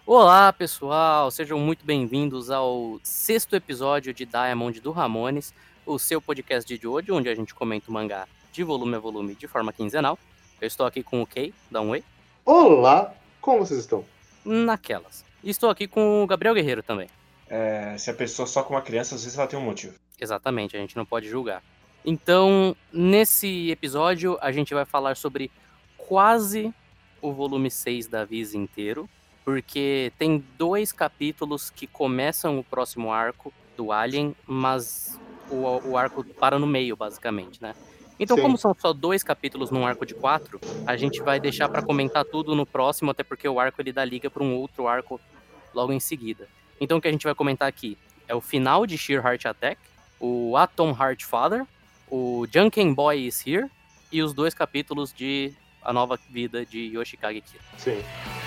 Olá, pessoal! Sejam muito bem-vindos ao 6º episódio de Diamond do Ramones, o seu podcast de Jojo, onde a gente comenta o mangá de volume a volume de forma quinzenal. Eu estou aqui com o Kei, dá um oi. Olá, como vocês estão? Naquelas. E estou aqui com o Gabriel Guerreiro também. Se a pessoa só com uma criança, às vezes ela tem um motivo. Exatamente, a gente não pode julgar. Então, nesse episódio, a gente vai falar sobre quase o volume 6 da Viz inteiro, porque tem 2 capítulos que começam o próximo arco do Alien, mas o arco para no meio, basicamente, né? Então, Sim. como são só 2 capítulos num arco de 4, a gente vai deixar para comentar tudo no próximo, até porque o arco ele dá liga para um outro arco logo em seguida. Então, o que a gente vai comentar aqui é o final de Sheer Heart Attack, o Atom Heart Father, o Junkin Boy is Here e os 2 capítulos de A Nova Vida de Yoshikage Kira. Sim.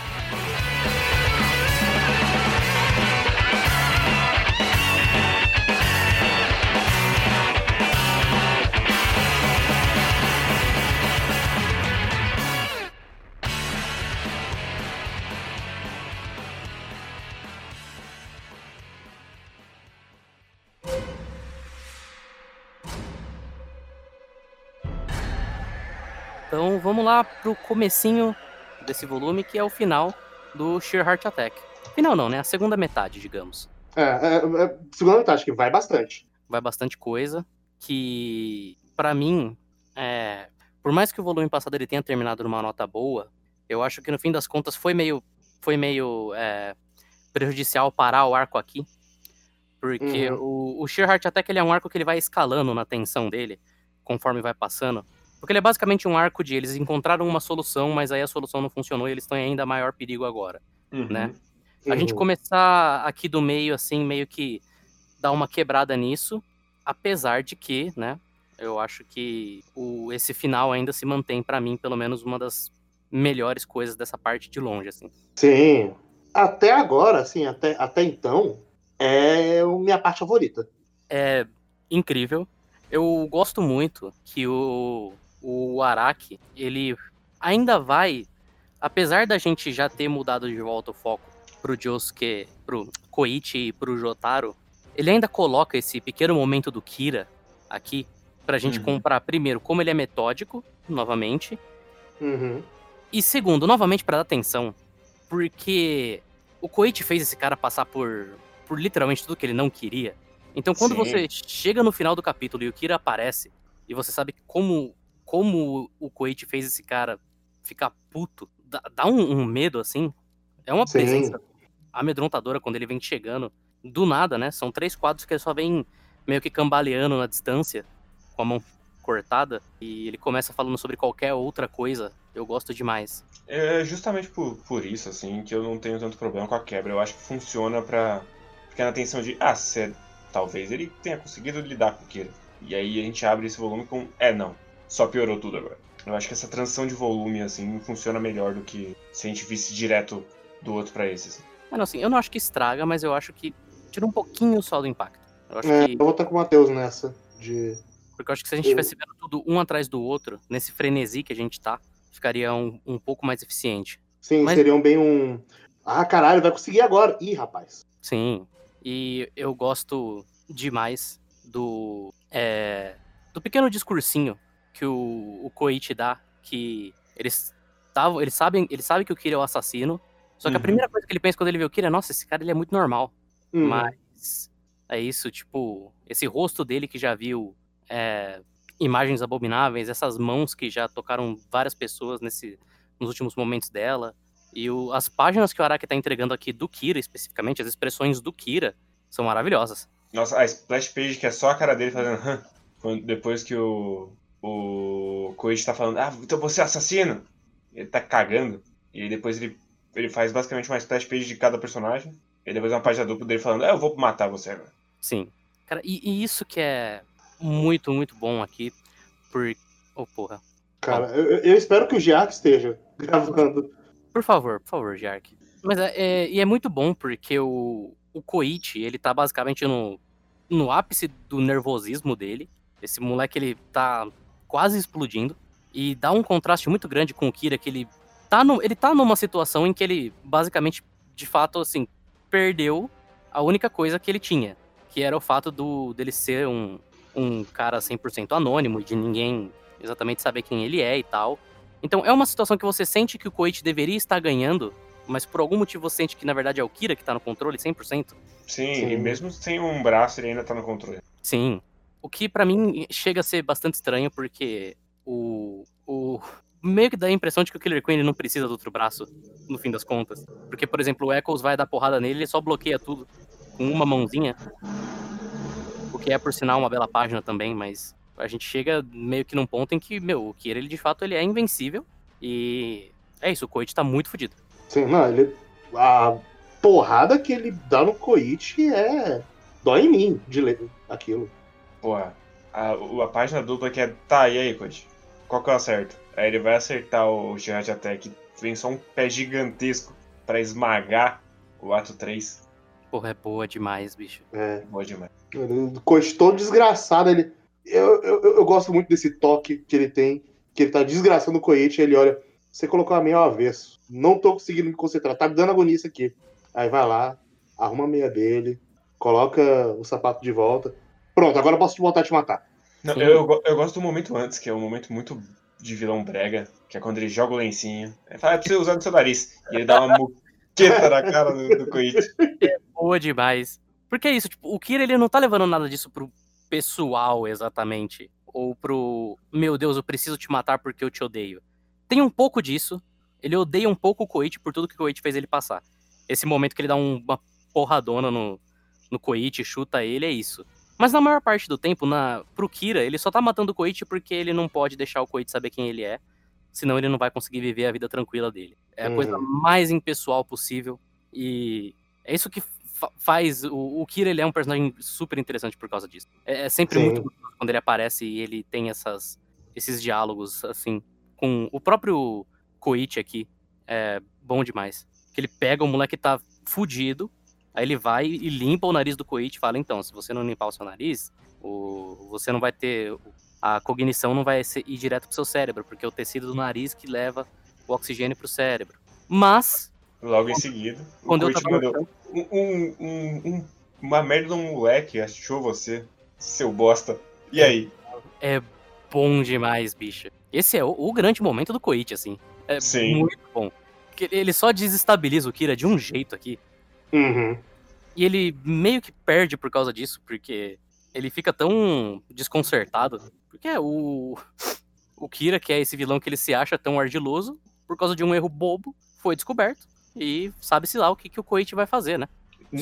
Então vamos lá pro comecinho desse volume, que é o final do Sheer Heart Attack. Final não, né? A segunda metade, digamos. Segunda metade, que vai bastante. Vai bastante coisa, que pra mim, por mais que o volume passado ele tenha terminado numa nota boa, eu acho que no fim das contas foi meio prejudicial parar o arco aqui, porque o Sheer Heart Attack ele é um arco que ele vai escalando na tensão dele, conforme vai passando. Porque ele é basicamente um arco de eles encontraram uma solução, mas aí a solução não funcionou e eles estão em ainda maior perigo agora, né? A gente começar aqui do meio, assim, meio que dar uma quebrada nisso, apesar de que, né, eu acho que esse final ainda se mantém, pra mim, pelo menos uma das melhores coisas dessa parte de longe, assim. Sim. Até agora, assim, até então, é a minha parte favorita. É incrível. Eu gosto muito que o Araki, ele ainda vai, apesar da gente já ter mudado de volta o foco pro Josuke, pro Koichi e pro Jotaro, ele ainda coloca esse pequeno momento do Kira aqui pra gente comprar, primeiro, como ele é metódico, novamente, e segundo, novamente pra dar atenção, porque o Koichi fez esse cara passar por literalmente tudo que ele não queria. Então, quando você chega no final do capítulo e o Kira aparece, e você sabe como o Koichi fez esse cara ficar puto, dá um medo, assim. É uma presença amedrontadora quando ele vem chegando do nada, né? São 3 quadros que ele só vem meio que cambaleando na distância, com a mão cortada, e ele começa falando sobre qualquer outra coisa. Eu gosto demais. É justamente por isso, assim, que eu não tenho tanto problema com a quebra. Eu acho que funciona pra ficar na tensão de, talvez ele tenha conseguido lidar com o Kira. E aí a gente abre esse volume com, não, só piorou tudo agora. Eu acho que essa transição de volume, assim, funciona melhor do que se a gente visse direto do outro pra esse, assim. Não, assim, eu não acho que estraga, mas eu acho que tira um pouquinho só do impacto. Eu acho que... Eu vou estar com o Matheus nessa. Porque eu acho que se a gente tivesse vendo tudo um atrás do outro, nesse frenesi que a gente tá, ficaria um pouco mais eficiente. Sim, mas... seriam bem caralho, vai conseguir agora. Ih, rapaz. Sim, e eu gosto demais do pequeno discursinho que o Koichi dá, que ele sabe que o Kira é o assassino, só que a primeira coisa que ele pensa quando ele vê o Kira é, nossa, esse cara ele é muito normal. Mas é isso, tipo, esse rosto dele que já viu imagens abomináveis, essas mãos que já tocaram várias pessoas nos últimos momentos dela, e as páginas que o Araki tá entregando aqui do Kira, especificamente, as expressões do Kira, são maravilhosas. Nossa, a splash page que é só a cara dele fazendo depois que o Koichi tá falando, então você é assassino? Ele tá cagando. E aí depois ele faz basicamente uma splash page de cada personagem. E depois uma página dupla dele falando, eu vou matar você agora. Sim. Cara, e isso que é muito, muito bom aqui, porra. Cara, eu espero que o Giac esteja gravando. Por favor, Giark. Mas é muito bom porque o Koichi, ele tá basicamente no ápice do nervosismo dele. Esse moleque, ele tá quase explodindo. E dá um contraste muito grande com o Kira, que ele tá numa situação em que ele basicamente de fato, assim, perdeu a única coisa que ele tinha, que era o fato dele ser um cara 100% anônimo, e de ninguém exatamente saber quem ele é e tal. Então é uma situação que você sente que o Koichi deveria estar ganhando, mas por algum motivo você sente que na verdade é o Kira que tá no controle 100%. Sim, Sim. e mesmo sem um braço, ele ainda tá no controle. Sim. O que pra mim chega a ser bastante estranho, porque meio que dá a impressão de que o Killer Queen ele não precisa do outro braço, no fim das contas. Porque, por exemplo, o Echoes vai dar porrada nele, ele só bloqueia tudo com uma mãozinha. O que é, por sinal, uma bela página também, mas a gente chega meio que num ponto em que, o Kira, ele de fato, ele é invencível. E é isso, o Koichi tá muito fodido. Sim, não, a porrada que ele dá no Koichi dói em mim de ler aquilo. Porra, a página dupla que é, tá, e aí, coach? Qual que eu acerto? Aí ele vai acertar o Jihad Attack, vem só um pé gigantesco pra esmagar o ato 3. Porra, é boa demais, bicho. Boa demais. O Koichi todo desgraçado, eu gosto muito desse toque que ele tem, que ele tá desgraçando o Koichi, ele olha, você colocou a meia ao avesso, não tô conseguindo me concentrar, tá me dando agonia isso aqui. Aí vai lá, arruma a meia dele, coloca o sapato de volta, pronto, agora eu posso voltar a te matar. Não, eu gosto do momento antes, que é um momento muito de vilão brega, que é quando ele joga o lencinho, ele fala, é pra você usar no seu nariz, e ele dá uma muqueta na cara do Koichi. É boa demais. Porque é isso, tipo, o Kira, ele não tá levando nada disso pro pessoal, exatamente. Ou pro, meu Deus, eu preciso te matar porque eu te odeio. Tem um pouco disso. Ele odeia um pouco o Koichi por tudo que o Koichi fez ele passar. Esse momento que ele dá uma porradona no Koichi, chuta ele, é isso. Mas na maior parte do tempo, pro Kira, ele só tá matando o Koichi porque ele não pode deixar o Koichi saber quem ele é. Senão ele não vai conseguir viver a vida tranquila dele. É a coisa mais impessoal possível. E é isso que faz. O Kira, ele é um personagem super interessante por causa disso. É sempre muito gostoso quando ele aparece e ele tem esses diálogos, assim, com o próprio Koichi aqui. É bom demais. Que ele pega o moleque que tá fudido, aí ele vai e limpa o nariz do Koichi e fala, então, se você não limpar o seu nariz, você não vai ter... A cognição não vai ir direto pro seu cérebro, porque é o tecido do nariz que leva o oxigênio pro cérebro. Mas... Logo em seguida, o Koichi mandou uma merda de um moleque achou você, seu bosta. E aí? É bom demais, bicho. Esse é o grande momento do Koichi, assim. É muito bom. Porque ele só desestabiliza o Kira de um jeito aqui. E ele meio que perde por causa disso, porque ele fica tão desconcertado. Porque o Kira, que é esse vilão que ele se acha tão ardiloso, por causa de um erro bobo, foi descoberto. E sabe-se lá o que o Koichi vai fazer, né?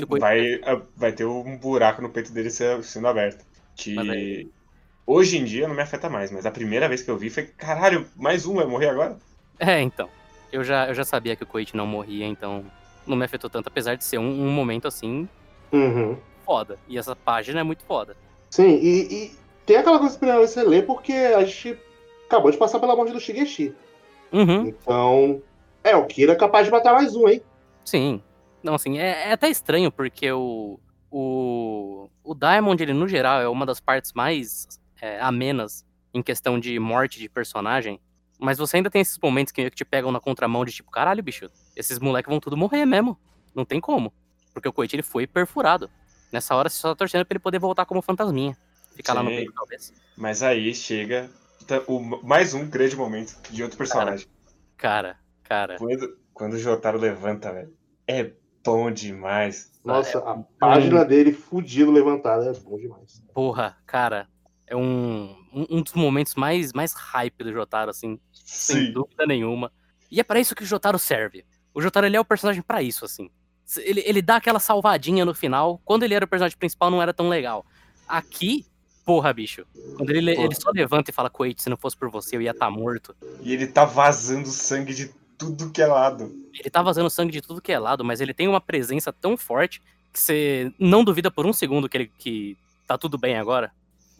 Vai ter um buraco no peito dele sendo aberto. Que hoje em dia não me afeta mais, mas a primeira vez que eu vi foi, caralho, mais um vai morrer agora? Então. Eu já sabia que o Koichi não morria, então não me afetou tanto, apesar de ser um momento assim foda. E essa página é muito foda. Sim, e tem aquela coisa que você lê porque a gente acabou de passar pela morte do Shigeshi. Então, o Kira é capaz de matar mais um, hein? Sim. Não, assim, é até estranho, porque o Diamond, ele, no geral, é uma das partes mais amenas em questão de morte de personagem. Mas você ainda tem esses momentos que te pegam na contramão de tipo, caralho, bicho, esses moleques vão tudo morrer mesmo. Não tem como. Porque o Koichi, ele foi perfurado. Nessa hora, você só tá torcendo pra ele poder voltar como fantasminha. Ficar lá no meio, talvez. Mas aí chega mais um grande momento de outro personagem. Cara. Quando o Jotaro levanta, velho, é bom demais. Nossa, a página dele fudido levantada é bom demais. Porra, cara, é um dos momentos mais hype do Jotaro, assim, sem dúvida nenhuma. E é pra isso que o Jotaro serve. O Jotaro, ele é o personagem pra isso, assim. Ele dá aquela salvadinha no final. Quando ele era o personagem principal, não era tão legal. Aqui, porra, bicho. Quando ele só levanta e fala, Koichi, se não fosse por você, eu ia estar morto. E ele tá vazando sangue de tudo que é lado. Ele tá vazando sangue de tudo que é lado, mas ele tem uma presença tão forte que você não duvida por um segundo que tá tudo bem agora.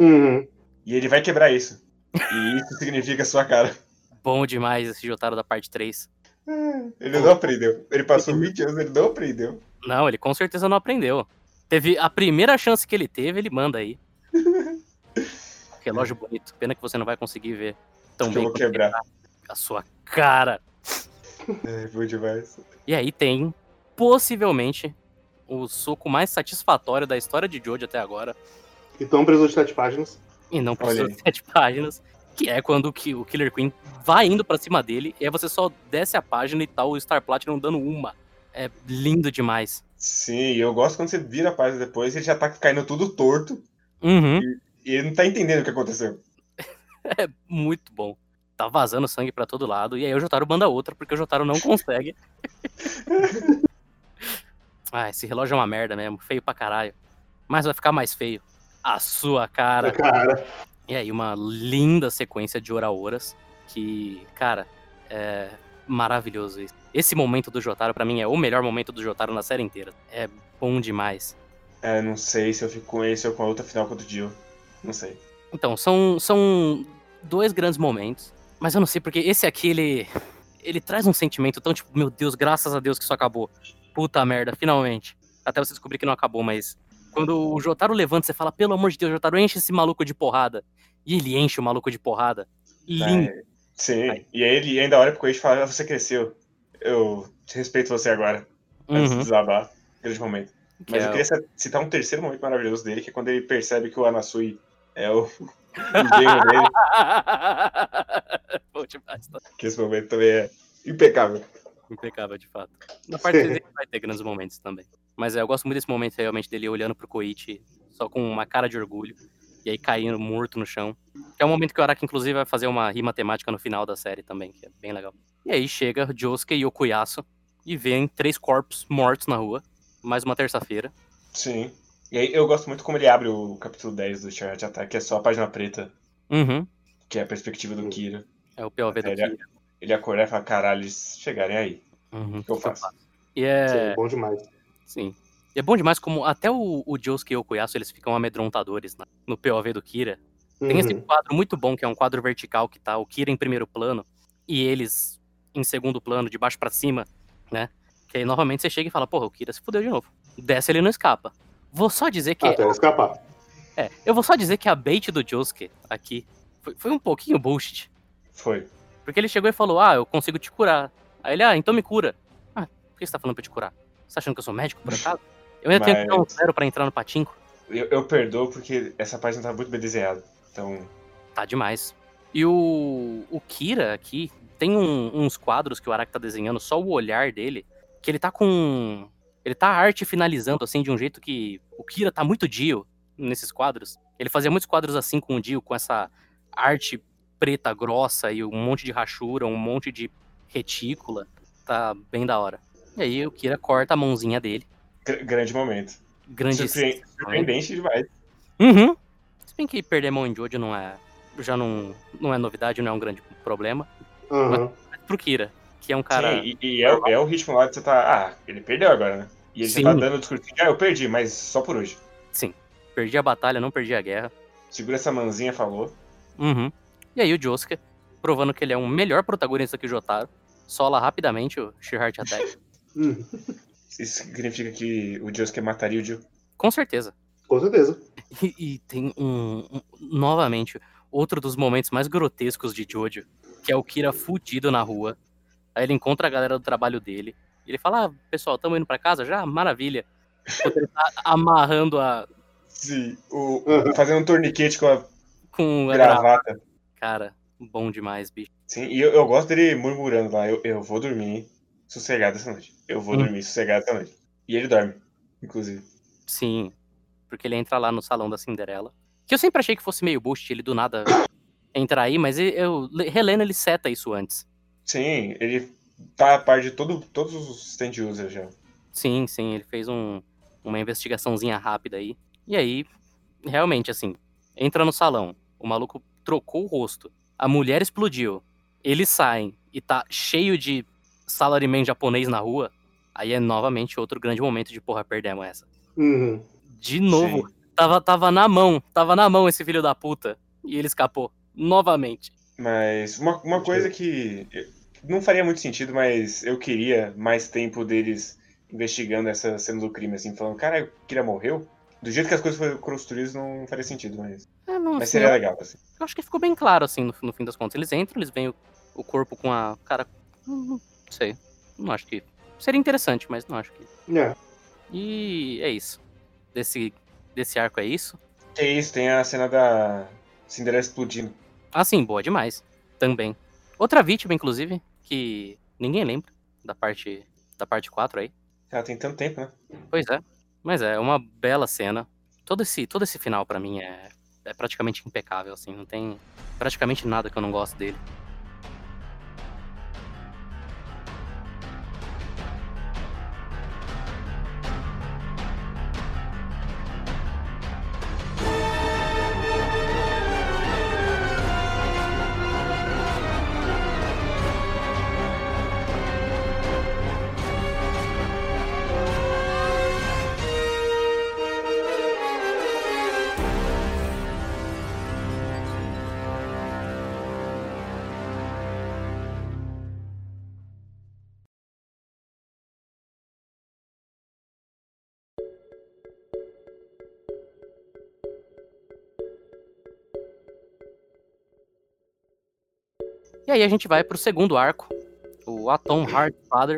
E ele vai quebrar isso. E isso significa sua cara. Bom demais esse Jotaro da parte 3. Ele não aprendeu. Ele passou 20 anos, ele não aprendeu. Não, ele com certeza não aprendeu. Teve a primeira chance que ele teve, ele manda aí. Relógio bonito. Pena que você não vai conseguir ver tão bem. Eu vou quebrar a sua cara. É, bom demais. E aí tem possivelmente o soco mais satisfatório da história de Jojo até agora. Então precisou de 7 páginas. E não Olha precisa aí. de 7 páginas. Que é quando o Killer Queen vai indo pra cima dele, e aí você só desce a página e tá o Star Platinum dando uma. É lindo demais. Sim, eu gosto quando você vira a página depois e ele já tá caindo tudo torto. Uhum. E ele não tá entendendo o que aconteceu. É muito bom. Tá vazando sangue pra todo lado, e aí o Jotaro manda outra, porque o Jotaro não consegue. Esse relógio é uma merda mesmo, feio pra caralho. Mas vai ficar mais feio. A sua cara. Cara, E aí, uma linda sequência de Ora-Oras, que, cara, é maravilhoso isso. Esse momento do Jotaro, pra mim, é o melhor momento do Jotaro na série inteira. É bom demais. Não sei se eu fico com esse ou com a outra final contra o Dio. Não sei. Então, são 2 grandes momentos, mas eu não sei porque esse aqui, ele traz um sentimento tão tipo, meu Deus, graças a Deus que isso acabou. Puta merda, finalmente. Até você descobrir que não acabou, mas quando o Jotaro levanta, você fala, pelo amor de Deus, Jotaro, enche esse maluco de porrada. E ele enche o maluco de porrada. Lindo. Sim, e aí ele ainda olha pro Koichi e fala, você cresceu. Eu respeito você agora. Antes de Uhum. desabar. Grande momento. Que Mas é eu queria citar um terceiro momento maravilhoso dele, que é quando ele percebe que o Anasui é o genro dele. Bom demais, tá? Que esse momento também é impecável. Impecável, de fato. Na parte dele vai ter grandes momentos também. Mas eu gosto muito desse momento realmente dele olhando pro Koichi só com uma cara de orgulho. E aí caindo morto no chão. Que é um momento que o Araki, inclusive, vai fazer uma rima temática no final da série também, que é bem legal. E aí chega Josuke e Okuyasu e vêem 3 corpos mortos na rua. Mais uma terça-feira. Sim. E aí eu gosto muito como ele abre o capítulo 10 do Chariot Attack, que é só a página preta, Uhum. que é a perspectiva do Kira. É o POV do Até Kira. ele acordar e fala, caralho, eles chegarem aí. Uhum. O que eu faço? E sim, bom demais. Sim. E é bom demais como até o Josuke e o Okuyasu, eles ficam amedrontadores, né? No POV do Kira. Tem esse Uhum. quadro muito bom, que é um quadro vertical, que tá o Kira em primeiro plano e eles em segundo plano, de baixo pra cima, né? Que aí novamente você chega e fala, porra, o Kira se fudeu de novo. Dessa ele não escapa. Vou só dizer que... Até escapar. eu vou só dizer que a bait do Josuke aqui foi um pouquinho bullshit. Foi. Porque ele chegou e falou, eu consigo te curar. Aí ele, então me cura. Por que você tá falando pra eu te curar? Você tá achando que eu sou médico, por acaso? Eu ainda tenho que dar um 0 pra entrar no patinco. Eu perdoo porque essa página tá muito bem desenhada. Então, Tá demais. E o Kira aqui, tem uns quadros que o Araki tá desenhando, só o olhar dele, que ele tá com... Ele tá arte finalizando, assim, de um jeito que... O Kira tá muito Dio nesses quadros. Ele fazia muitos quadros assim com o Dio, com essa arte preta grossa e um monte de rachura, um monte de retícula. Tá bem da hora. E aí o Kira corta a mãozinha dele. grande momento. Grande Surpreendente demais. Uhum. Se bem que perder mão em Jojo já não é novidade, não é um grande problema. Uhum. Mas pro Kira, que é um cara... Sim, e é o ritmo lá de você tá... ele perdeu agora, né? E ele Sim. já tá dando o discurso de, eu perdi, mas só por hoje. Sim. Perdi a batalha, não perdi a guerra. Segura essa manzinha, falou. Uhum. E aí o Josuke, provando que ele é um melhor protagonista que o Jotaro, sola rapidamente o Sheer Attack. Isso significa que o Josuke mataria o Dio? Com certeza. Com certeza. E tem novamente, outro dos momentos mais grotescos de Jojo, que é o Kira fudido na rua. Aí ele encontra a galera do trabalho dele. E ele fala, pessoal, tamo indo pra casa já? Maravilha. Enquanto ele tá amarrando Sim, fazendo um torniquete com a com a gravata. Cara, bom demais, bicho. Sim, e eu gosto dele murmurando lá, eu vou dormir sossegado essa noite. Eu vou dormir sossegado essa noite. E ele dorme, inclusive. Sim, porque ele entra lá no salão da Cinderela. Que eu sempre achei que fosse meio bullshit, ele do nada entrar aí, mas relendo ele seta isso antes. Sim, ele tá a par de todos os stand users já. Sim, ele fez uma investigaçãozinha rápida aí. E aí, realmente, assim, entra no salão, o maluco trocou o rosto, a mulher explodiu, eles saem e tá cheio de salaryman japonês na rua, aí é novamente outro grande momento de porra, perdemos essa. Uhum. De novo, tava na mão esse filho da puta, e ele escapou, novamente. Mas uma coisa que não faria muito sentido, mas eu queria mais tempo deles investigando essa cena do crime, assim, falando, cara, o Kira morreu? Do jeito que as coisas foram construídas, não faria sentido, mas seria legal, assim. Eu acho que ficou bem claro, assim, no fim das contas. Eles entram, eles veem o corpo com a... Cara, não sei. Não acho que Seria interessante, mas não acho que... É. E é isso. Desse arco é isso. Que isso, tem a cena da Cinderela explodindo. Ah, sim, boa demais. Também. Outra vítima, inclusive, que ninguém lembra da parte 4 aí. Ela tem tanto tempo, né? Pois é. Mas é uma bela cena. Todo esse final, pra mim, é praticamente impecável, assim. Não tem praticamente nada que eu não gosto dele. E aí a gente vai pro segundo arco, o Atom Heart Father,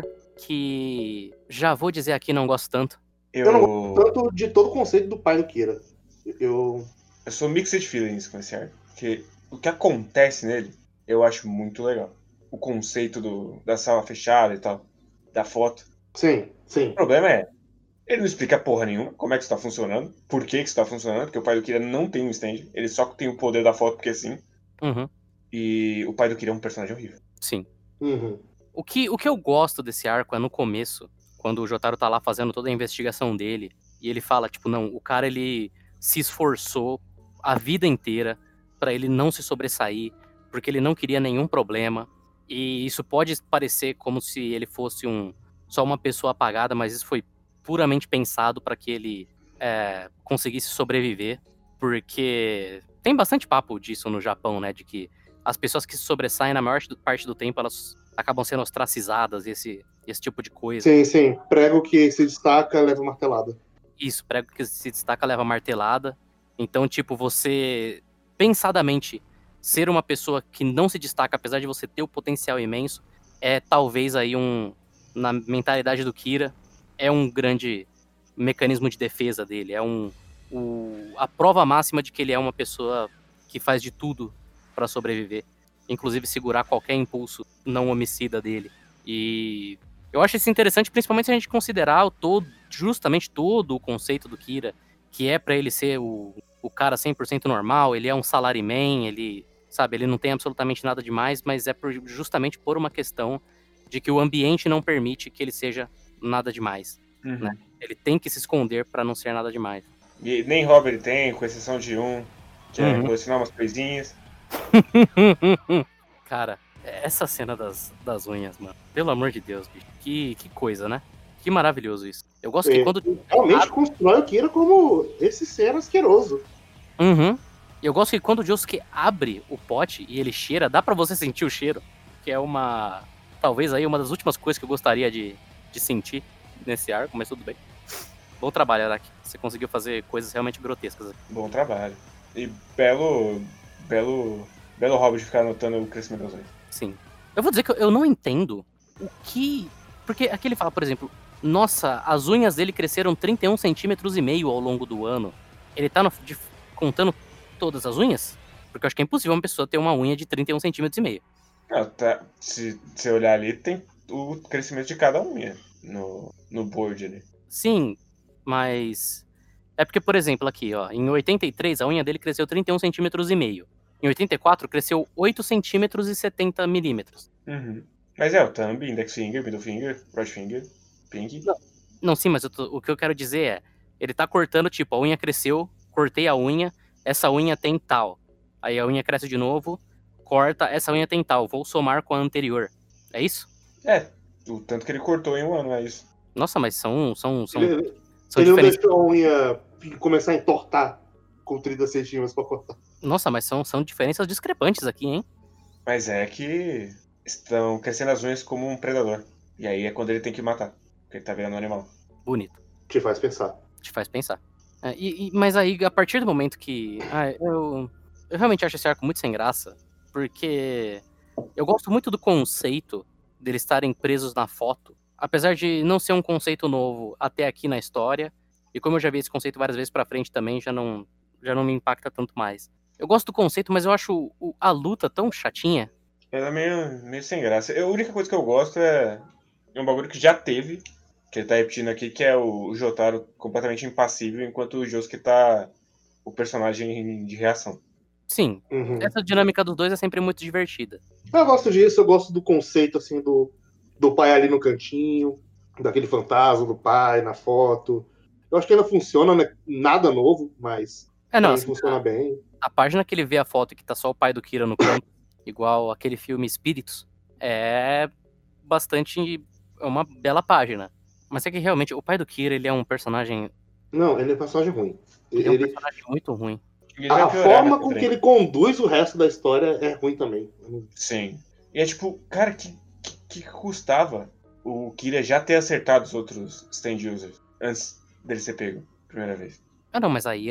que já vou dizer aqui não gosto tanto. Eu não gosto tanto de todo o conceito do pai do Kira. Eu sou mixed feelings com esse arco. Porque o que acontece nele, eu acho muito legal. O conceito da sala fechada e tal, da foto. Sim. O problema é, ele não explica porra nenhuma como é que isso tá funcionando, por que isso tá funcionando, porque o pai do Kira não tem um stand, ele só tem o poder da foto porque sim. Uhum. E o pai do Kira é um personagem horrível. Sim. Uhum. O que eu gosto desse arco é no começo, quando o Jotaro tá lá fazendo toda a investigação dele, e ele fala, tipo, não, o cara, ele se esforçou a vida inteira pra ele não se sobressair, porque ele não queria nenhum problema, e isso pode parecer como se ele fosse só uma pessoa apagada, mas isso foi puramente pensado pra que ele conseguisse sobreviver, porque tem bastante papo disso no Japão, né, de que as pessoas que se sobressaem na maior parte do tempo, elas acabam sendo ostracizadas, esse tipo de coisa. Sim. Prego que se destaca, leva martelada. Isso, prego que se destaca leva martelada. Então, tipo, você, pensadamente, ser uma pessoa que não se destaca, apesar de você ter o potencial imenso, é talvez aí na mentalidade do Kira, é um grande mecanismo de defesa dele. É a prova máxima de que ele é uma pessoa que faz de tudo pra sobreviver. Inclusive segurar qualquer impulso não homicida dele. E eu acho isso interessante, principalmente se a gente considerar justamente todo o conceito do Kira, que é pra ele ser o cara 100% normal, ele é um salaryman, ele não tem absolutamente nada demais, mas é justamente por uma questão de que o ambiente não permite que ele seja nada demais, né? Ele tem que se esconder pra não ser nada demais. E nem roubo ele tem, com exceção de um, que é colecionar umas coisinhas. Cara, essa cena das unhas, mano. Pelo amor de Deus, bicho. Que coisa, né? Que maravilhoso isso. Eu gosto que quando... Realmente constrói o Kira como esse ser asqueroso. Uhum. Eu gosto que quando o Josuke abre o pote e ele cheira, dá pra você sentir o cheiro. Que é talvez aí uma das últimas coisas que eu gostaria de sentir nesse arco, mas tudo bem. Bom trabalho, Araki. Você conseguiu fazer coisas realmente grotescas aqui. Bom trabalho. E belo hobby de ficar anotando o crescimento das unhas. Sim. Eu vou dizer que eu não entendo o que... Porque aqui ele fala, por exemplo, nossa, as unhas dele cresceram 31 centímetros e meio ao longo do ano. Ele tá contando todas as unhas? Porque eu acho que é impossível uma pessoa ter uma unha de 31 centímetros e meio. Se você olhar ali, tem o crescimento de cada unha no board ali. Sim, mas... É porque, por exemplo, aqui, ó, em 83 a unha dele cresceu 31 centímetros e meio. Em 84 cresceu 8 centímetros e 70 milímetros. Uhum. Mas o thumb, index finger, middle finger, right finger, pinky. Não, sim, mas o que eu quero dizer é, ele tá cortando, tipo, a unha cresceu, cortei a unha, essa unha tem tal. Aí a unha cresce de novo, corta, essa unha tem tal, vou somar com a anterior. É isso? O tanto que ele cortou em um ano, é isso. Nossa, mas são Ele não deixou a unha começar a entortar com 30 centímetros pra cortar. Nossa, mas são diferenças discrepantes aqui, hein? Mas é que estão crescendo as unhas como um predador. E aí é quando ele tem que matar, porque ele tá virando um animal. Bonito. Te faz pensar. Mas aí, a partir do momento que... eu realmente acho esse arco muito sem graça, porque eu gosto muito do conceito deles estarem presos na foto apesar de não ser um conceito novo até aqui na história, e como eu já vi esse conceito várias vezes pra frente também, já não me impacta tanto mais. Eu gosto do conceito, mas eu acho a luta tão chatinha. Ela é meio sem graça. A única coisa que eu gosto é um bagulho que já teve, que ele tá repetindo aqui, que é o Jotaro completamente impassível, enquanto o Josuke tá o personagem de reação. Sim, essa dinâmica dos dois é sempre muito divertida. Eu gosto disso, eu gosto do conceito, assim, do pai ali no cantinho, daquele fantasma do pai na foto. Eu acho que ainda funciona, né? Nada novo, mas Não, pra mim assim, funciona bem. a página que ele vê a foto que tá só o pai do Kira no canto, igual aquele filme Espíritos, é bastante... é uma bela página. Mas é que realmente o pai do Kira, ele é um personagem... Não, ele é um personagem ruim. Ele é um personagem muito ruim. E ele vai A piorar forma mais pra com que frente. ele conduz o resto da história é ruim também. Sim. E é tipo, cara, que custava o Kira já ter acertado os outros stand users antes dele ser pego, primeira vez? Não, mas aí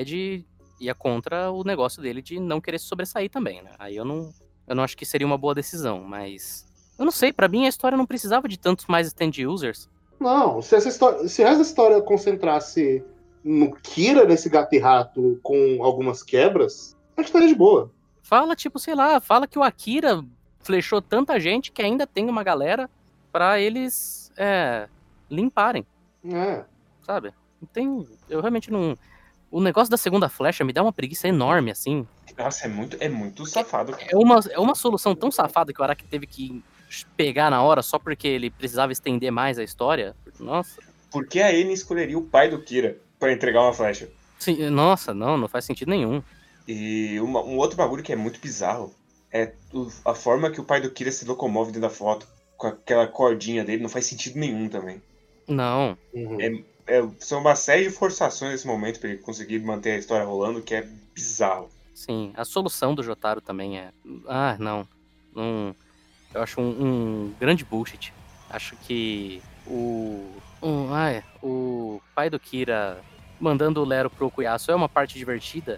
ia contra o negócio dele de não querer se sobressair também, né? Aí eu não acho que seria uma boa decisão, mas... eu não sei, pra mim a história não precisava de tantos mais stand users. Não, se o resto da história concentrasse no Kira, nesse gato e rato, com algumas quebras, a história é de boa. Fala, tipo, sei lá, fala que o Akira flechou tanta gente que ainda tem uma galera pra eles limparem, É. sabe? Não tem... eu realmente não... o negócio da segunda flecha me dá uma preguiça enorme, assim. Nossa, é muito safado, cara. É uma solução tão safada que o Araki teve que pegar na hora só porque ele precisava estender mais a história. Nossa. Por que a Eni escolheria o pai do Kira pra entregar uma flecha? Sim, nossa, não faz sentido nenhum. E um outro bagulho que é muito bizarro é a forma que o pai do Kira se locomove dentro da foto, com aquela cordinha dele, não faz sentido nenhum também. Não. Uhum. São uma série de forçações nesse momento pra ele conseguir manter a história rolando, que é bizarro. Sim, a solução do Jotaro também é... não. Eu acho um grande bullshit. Acho que o pai do Kira mandando o Lero pro Okuyasu é uma parte divertida,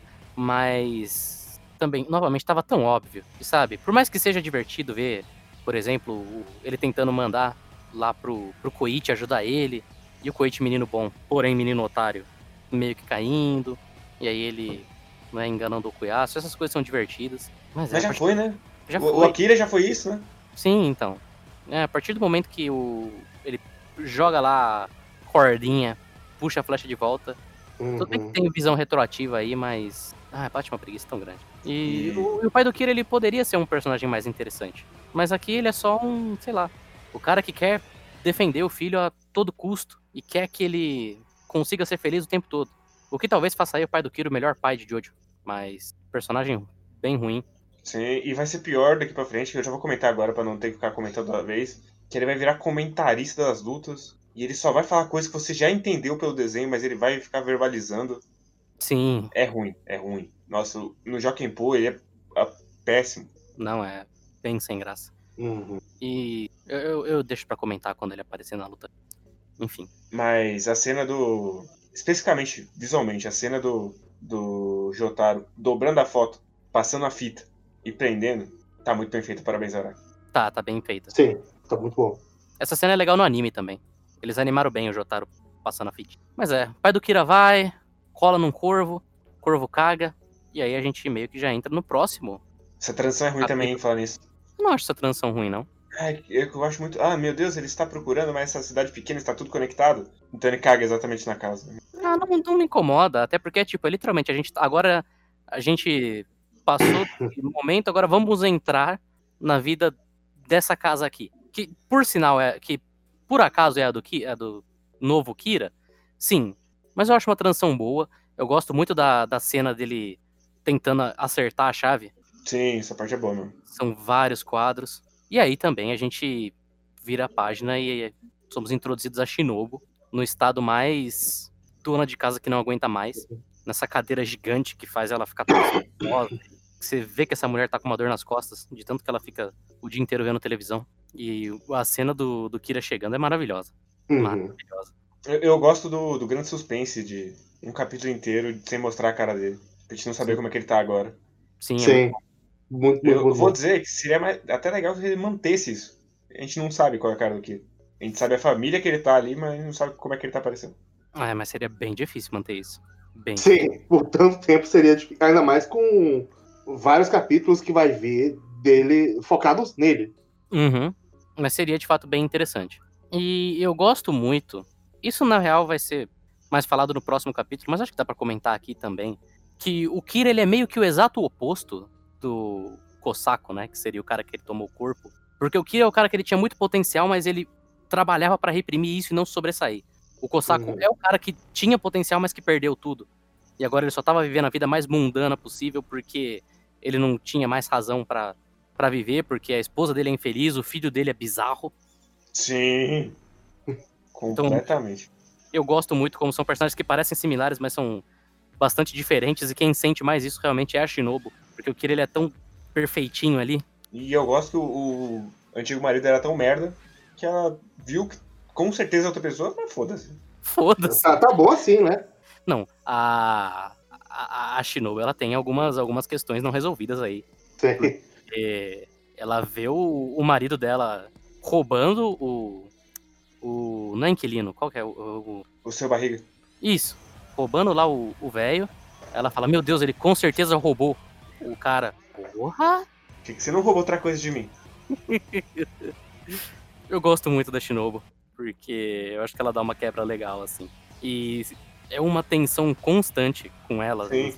mas também, novamente, estava tão óbvio, que, sabe? Por mais que seja divertido ver, por exemplo, ele tentando mandar lá pro Koichi ajudar ele, e o Koichi menino bom, porém menino otário, meio que caindo, e aí ele enganando o Okuyasu, essas coisas são divertidas. Mas já foi, né? Já O foi. Akira já foi isso, né? Sim, então. A partir do momento que ele joga lá a cordinha, puxa a flecha de volta. Tudo bem que tem visão retroativa aí, mas... bate uma preguiça tão grande. E o pai do Kira, ele poderia ser um personagem mais interessante. Mas aqui ele é só um, sei lá, o cara que quer defender o filho a todo custo e quer que ele consiga ser feliz o tempo todo. O que talvez faça aí o pai do Kira o melhor pai de Jojo. Mas personagem bem ruim. Sim, e vai ser pior daqui pra frente, que eu já vou comentar agora pra não ter que ficar comentando toda vez, que ele vai virar comentarista das lutas, e ele só vai falar coisas que você já entendeu pelo desenho, mas ele vai ficar verbalizando. Sim. É ruim. Nossa, no Jokenpô ele é péssimo. Não, é bem sem graça. Uhum. E eu deixo pra comentar quando ele aparecer na luta. Enfim. Mas a cena do... especificamente, visualmente, a cena do Jotaro dobrando a foto, passando a fita e prendendo, tá muito bem feita. Parabéns, Araki. Tá bem feita. Sim, tá muito bom. Essa cena é legal no anime também. Eles animaram bem o Jotaro passando a fita. Mas o pai do Kira vai, cola num corvo, o corvo caga, e aí a gente meio que já entra no próximo. Essa transição é ruim também, hein, falar nisso. Eu não acho essa transição ruim, não. Eu acho muito... meu Deus, ele está procurando, mas essa cidade pequena está tudo conectado. Então ele caga exatamente na casa. Não me incomoda, até porque, tipo, literalmente, agora a gente passou do momento, agora vamos entrar na vida dessa casa aqui. Que, por sinal, que por acaso é a do novo Kira, sim. Mas eu acho uma transição boa. Eu gosto muito da cena dele tentando acertar a chave. Sim, essa parte é boa, meu. São vários quadros. E aí também a gente vira a página e somos introduzidos a Shinobu no estado mais dona de casa que não aguenta mais. Nessa cadeira gigante que faz ela ficar toda famosa. Você vê que essa mulher tá com uma dor nas costas, de tanto que ela fica o dia inteiro vendo televisão. E a cena do Kira chegando é maravilhosa. Maravilhosa. Eu gosto do grande suspense de um capítulo inteiro sem mostrar a cara dele. Pra gente não saber como é que ele tá agora. Sim, Sim. Muito eu vou bom. dizer que seria até legal se ele mantesse isso. A gente não sabe qual é a cara do Kira. A gente sabe a família que ele tá ali, mas não sabe como é que ele tá aparecendo. Mas seria bem difícil manter isso. Bem. Sim, por tanto tempo seria difícil. Ainda mais com vários capítulos que vai ver dele focados nele. Uhum. Mas seria de fato bem interessante. E eu gosto muito. Isso na real vai ser mais falado no próximo capítulo, mas acho que dá pra comentar aqui também. Que o Kira, ele é meio que o exato oposto do Kosako, né? Que seria o cara que ele tomou o corpo. Porque o Kira é o cara que ele tinha muito potencial, mas ele trabalhava pra reprimir isso e não sobressair. O Kosako é o cara que tinha potencial, mas que perdeu tudo. E agora ele só tava vivendo a vida mais mundana possível porque ele não tinha mais razão pra viver, porque a esposa dele é infeliz, o filho dele é bizarro. Sim. Completamente. Então, eu gosto muito como são personagens que parecem similares, mas são bastante diferentes, e quem sente mais isso realmente é a Shinobu, porque o Kira ele é tão perfeitinho ali. E eu gosto que o antigo marido era tão merda que ela viu que com certeza é outra pessoa, mas foda-se. Foda-se. Tá bom assim, né? Não, a Shinobu, ela tem algumas questões não resolvidas aí. Sim. Ela vê o marido dela roubando não é inquilino, qual que é O seu barriga. Isso, roubando lá o velho. Ela fala, meu Deus, ele com certeza roubou o cara. Porra! Por que você não roubou outra coisa de mim? Eu gosto muito da Shinobu, porque eu acho que ela dá uma quebra legal, assim. E é uma tensão constante com ela, Sim.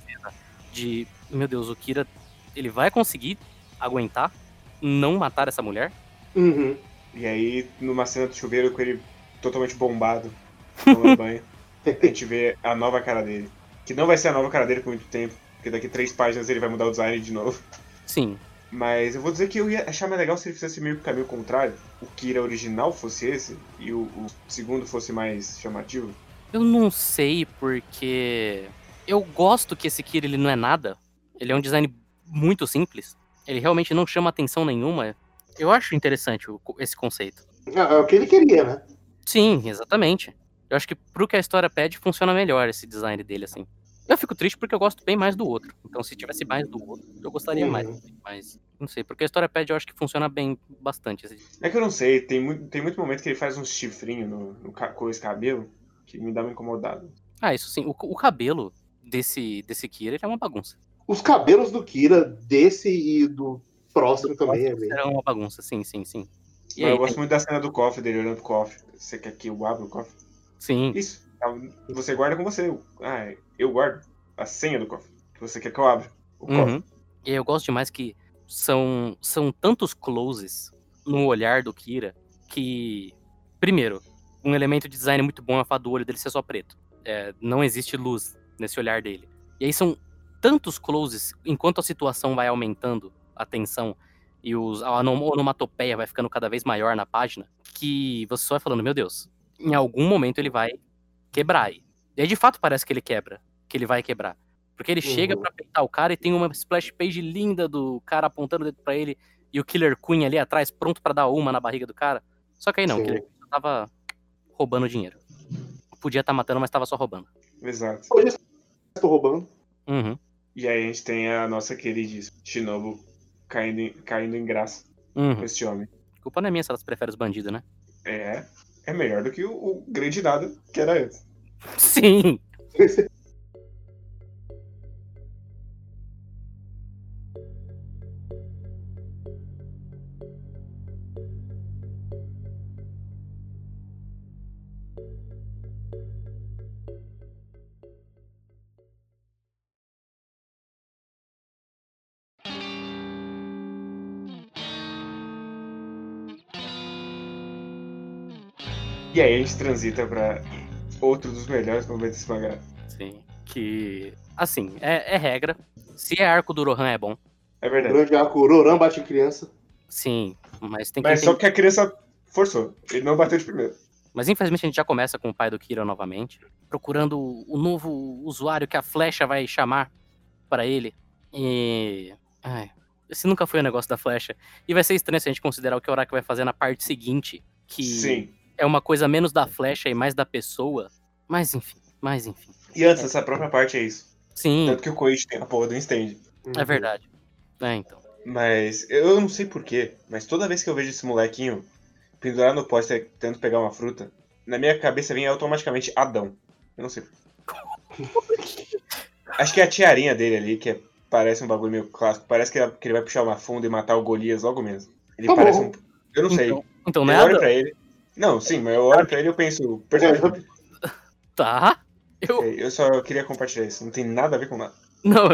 de, meu Deus, o Kira, ele vai conseguir aguentar não matar essa mulher? Uhum. E aí, numa cena do chuveiro com ele totalmente bombado, tomando banho, a gente vê a nova cara dele. Que não vai ser a nova cara dele por muito tempo, porque daqui 3 páginas ele vai mudar o design de novo. Sim. Mas eu vou dizer que eu ia achar mais legal se ele fizesse meio que o caminho contrário. O Kira original fosse esse, e o segundo fosse mais chamativo. Eu não sei, porque eu gosto que esse Kira, ele não é nada. Ele é um design muito simples. Ele realmente não chama atenção nenhuma. Eu acho interessante esse conceito. É o que ele queria, né? Sim, exatamente. Eu acho que pro que a história pede, funciona melhor esse design dele, assim. Eu fico triste porque eu gosto bem mais do outro. Então, se tivesse mais do outro, eu gostaria mais. Mas, não sei, porque a história pede, eu acho que funciona bem bastante. É que eu não sei, tem muito momento que ele faz uns chifrinhos com esse cabelo que me dá uma incomodada. Isso sim. O cabelo desse Kira, ele é uma bagunça. Os cabelos do Kira, desse e do próximo também é bem. É uma bagunça, sim. E Mas aí, eu gosto muito da cena do cofre, dele olhando pro cofre. Você quer que eu abra o cofre? Sim. Isso. Você guarda com você. Eu guardo a senha do cofre. Que você quer que eu abra o cofre. E eu gosto demais que são tantos closes no olhar do Kira que, primeiro, um elemento de design muito bom é o fato do olho dele ser só preto. Não existe luz nesse olhar dele. E aí são tantos closes, enquanto a situação vai aumentando, a tensão, e a onomatopeia vai ficando cada vez maior na página, que você só vai falando, meu Deus, em algum momento ele vai quebrar. E aí de fato parece que ele quebra, que ele vai quebrar. Porque ele chega pra peitar o cara e tem uma splash page linda do cara apontando o dedo pra ele e o Killer Queen ali atrás, pronto pra dar uma na barriga do cara. Só que aí não, o Killer Queen tava roubando dinheiro. Podia estar matando, mas tava só roubando. Exato. Hoje eu estou roubando. E aí a gente tem a nossa querida Shinobu caindo em graça com esse homem. A culpa não é minha se elas preferem os bandidos, né? É melhor do que o grande nada que era antes. Sim! E aí a gente transita pra outro dos melhores momentos desse mangá. Sim. Que, assim, é regra. Se é arco do Rohan é bom. É verdade. Grande arco, Roran bate em criança. Sim, mas tem que Mas só que a criança forçou. Ele não bateu de primeiro. Mas infelizmente a gente já começa com o pai do Kira novamente, procurando o novo usuário que a flecha vai chamar pra ele. E... esse nunca foi o negócio da flecha. E vai ser estranho se a gente considerar o que o Araki vai fazer na parte seguinte, que Sim. é uma coisa menos da flecha e mais da pessoa. Mas enfim. E antes dessa própria parte é isso. Sim. Tanto que o Koichi tem a porra do stand. É verdade. Então. Mas eu não sei porquê, mas toda vez que eu vejo esse molequinho, pendurado no poste tentando pegar uma fruta, na minha cabeça vem automaticamente Adão. Eu não sei. Acho que é a tiarinha dele ali, que parece um bagulho meio clássico. Parece que ele vai puxar uma funda e matar o Golias logo mesmo. Ele Tá parece bom. Eu não sei. Então não é Eu olho Adão. pra ele. Não, sim, mas eu olho pra ele e eu penso, personagem bíblico. Tá. Eu só queria compartilhar isso. Não tem nada a ver com nada. Não,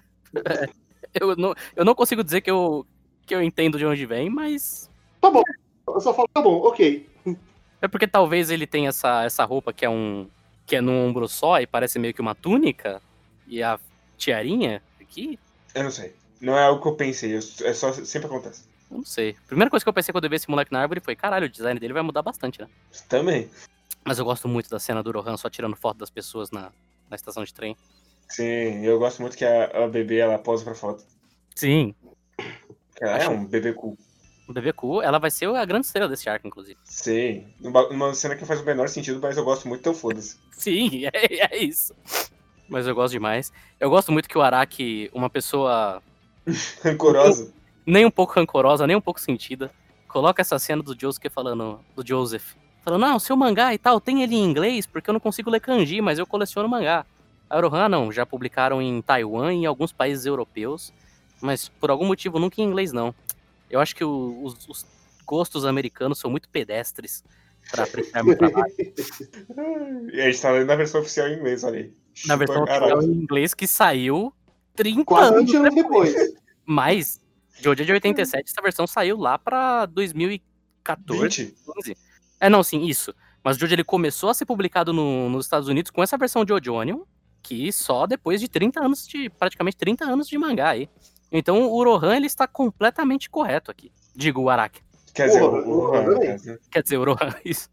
eu não consigo dizer que eu entendo de onde vem, mas Tá bom. Eu só falo, tá bom, ok. é porque talvez ele tenha essa roupa que é num ombro só e parece meio que uma túnica, e a tiarinha aqui, Eu não sei. Não é algo que eu pensei. É só sempre acontece. eu não sei. A primeira coisa que eu pensei quando eu vi esse moleque na árvore foi, caralho, o design dele vai mudar bastante, né? Também. Mas eu gosto muito da cena do Rohan só tirando foto das pessoas na estação de trem. Sim, eu gosto muito que a bebê ela posa pra foto. Sim, Ela é Acho- um bebê cool. o bebê cool, ela vai ser a grande estrela desse arco, inclusive. Sim. Uma cena que faz o menor sentido, mas eu gosto muito, então foda-se. Sim, é isso. Mas eu gosto demais. Eu gosto muito que o Araki, uma pessoa Rancorosa. nem um pouco rancorosa, nem um pouco sentida, coloca essa cena do Josuke falando, do Joseph, falando, não, seu mangá e tal, tem ele em inglês porque eu não consigo ler kanji, mas eu coleciono mangá. A Rohan, não, já publicaram em Taiwan e em alguns países europeus, mas por algum motivo nunca em inglês, não. Eu acho que os gostos americanos são muito pedestres pra apreciar meu trabalho. E a gente tá lendo a versão oficial em inglês, olha aí. Na versão Chupa, caralho. oficial em inglês que saiu 30 Quase anos 20 anos depois. Mas, Jojo é de 87, essa versão saiu lá pra 2014, 20? 15. Não, sim, isso. Mas o Jojo ele começou a ser publicado nos Estados Unidos com essa versão de Onion, que só depois de 30 anos praticamente 30 anos de mangá aí. Então o Rohan ele está completamente correto aqui. Digo, o Araki. Quer dizer, Porra, o eu Rohan, também. no caso, né? Quer dizer, o Rohan, isso.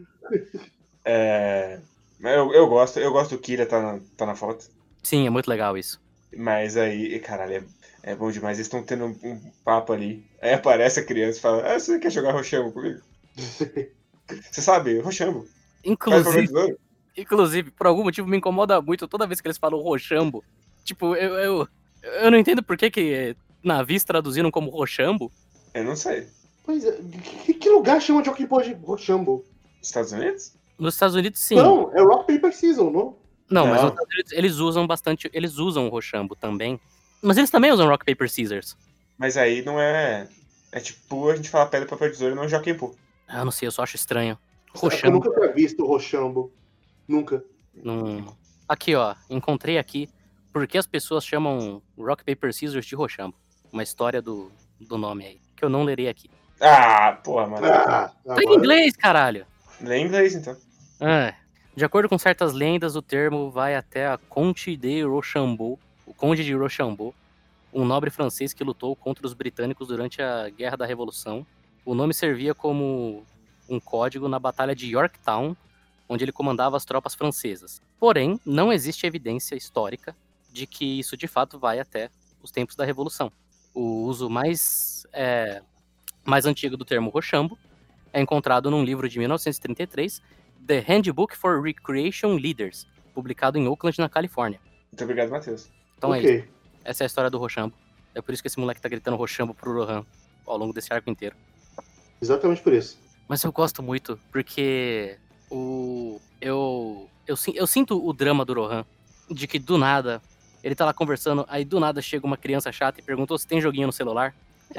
Mas eu gosto do Kira tá na foto. Sim, é muito legal isso. Mas aí, caralho, é bom demais. Eles estão tendo um papo ali. Aí aparece a criança e fala, você quer jogar Rochambo comigo? Você sabe, Rochambo. Faz papel de tesoura. Inclusive, por algum motivo me incomoda muito toda vez que eles falam Rochambo. Tipo, eu não entendo por que navios traduziram como Rochambo. Eu não sei. Pois é, que lugar chama de Joaquim Pô de Rochambo? Estados Unidos? Nos Estados Unidos, sim. Não, é Rock Paper Season, não? Não, mas Não. nos Estados Unidos eles usam bastante. Eles usam o Rochambo também. Mas eles também usam Rock Paper Scissors. Mas aí não é... É tipo a gente fala pedra, papel, tesoura e não Joaquim Pô. Ah, não sei, eu só acho estranho. Eu Rochambo. nunca tinha visto o Rochambo. Nunca. Não... Aqui, ó. Encontrei aqui. Por que as pessoas chamam Rock Paper Scissors de Rochambo? Uma história do nome aí. Que eu não lerei aqui. Ah, porra, mano. Ah, Tá em inglês, caralho! Lê em inglês, então. De acordo com certas lendas, o termo vai até a Conde de Rochambeau, o Conde de Rochambeau, um nobre francês que lutou contra os britânicos durante a Guerra da Revolução. O nome servia como um código na Batalha de Yorktown, onde ele comandava as tropas francesas. Porém, não existe evidência histórica de que isso de fato vai até os tempos da Revolução. O uso mais antigo do termo Rochambeau é encontrado num livro de 1933, The Handbook for Recreation Leaders, publicado em Oakland, na Califórnia. Muito obrigado, Matheus. Então é Ok. isso. Essa é a história do Rochambeau. É por isso que esse moleque tá gritando Rochambeau pro Rohan ao longo desse arco inteiro. Exatamente por isso. Mas eu gosto muito, porque eu sinto o drama do Rohan, de que do nada, ele tá lá conversando, aí do nada chega uma criança chata e perguntou se tem joguinho no celular.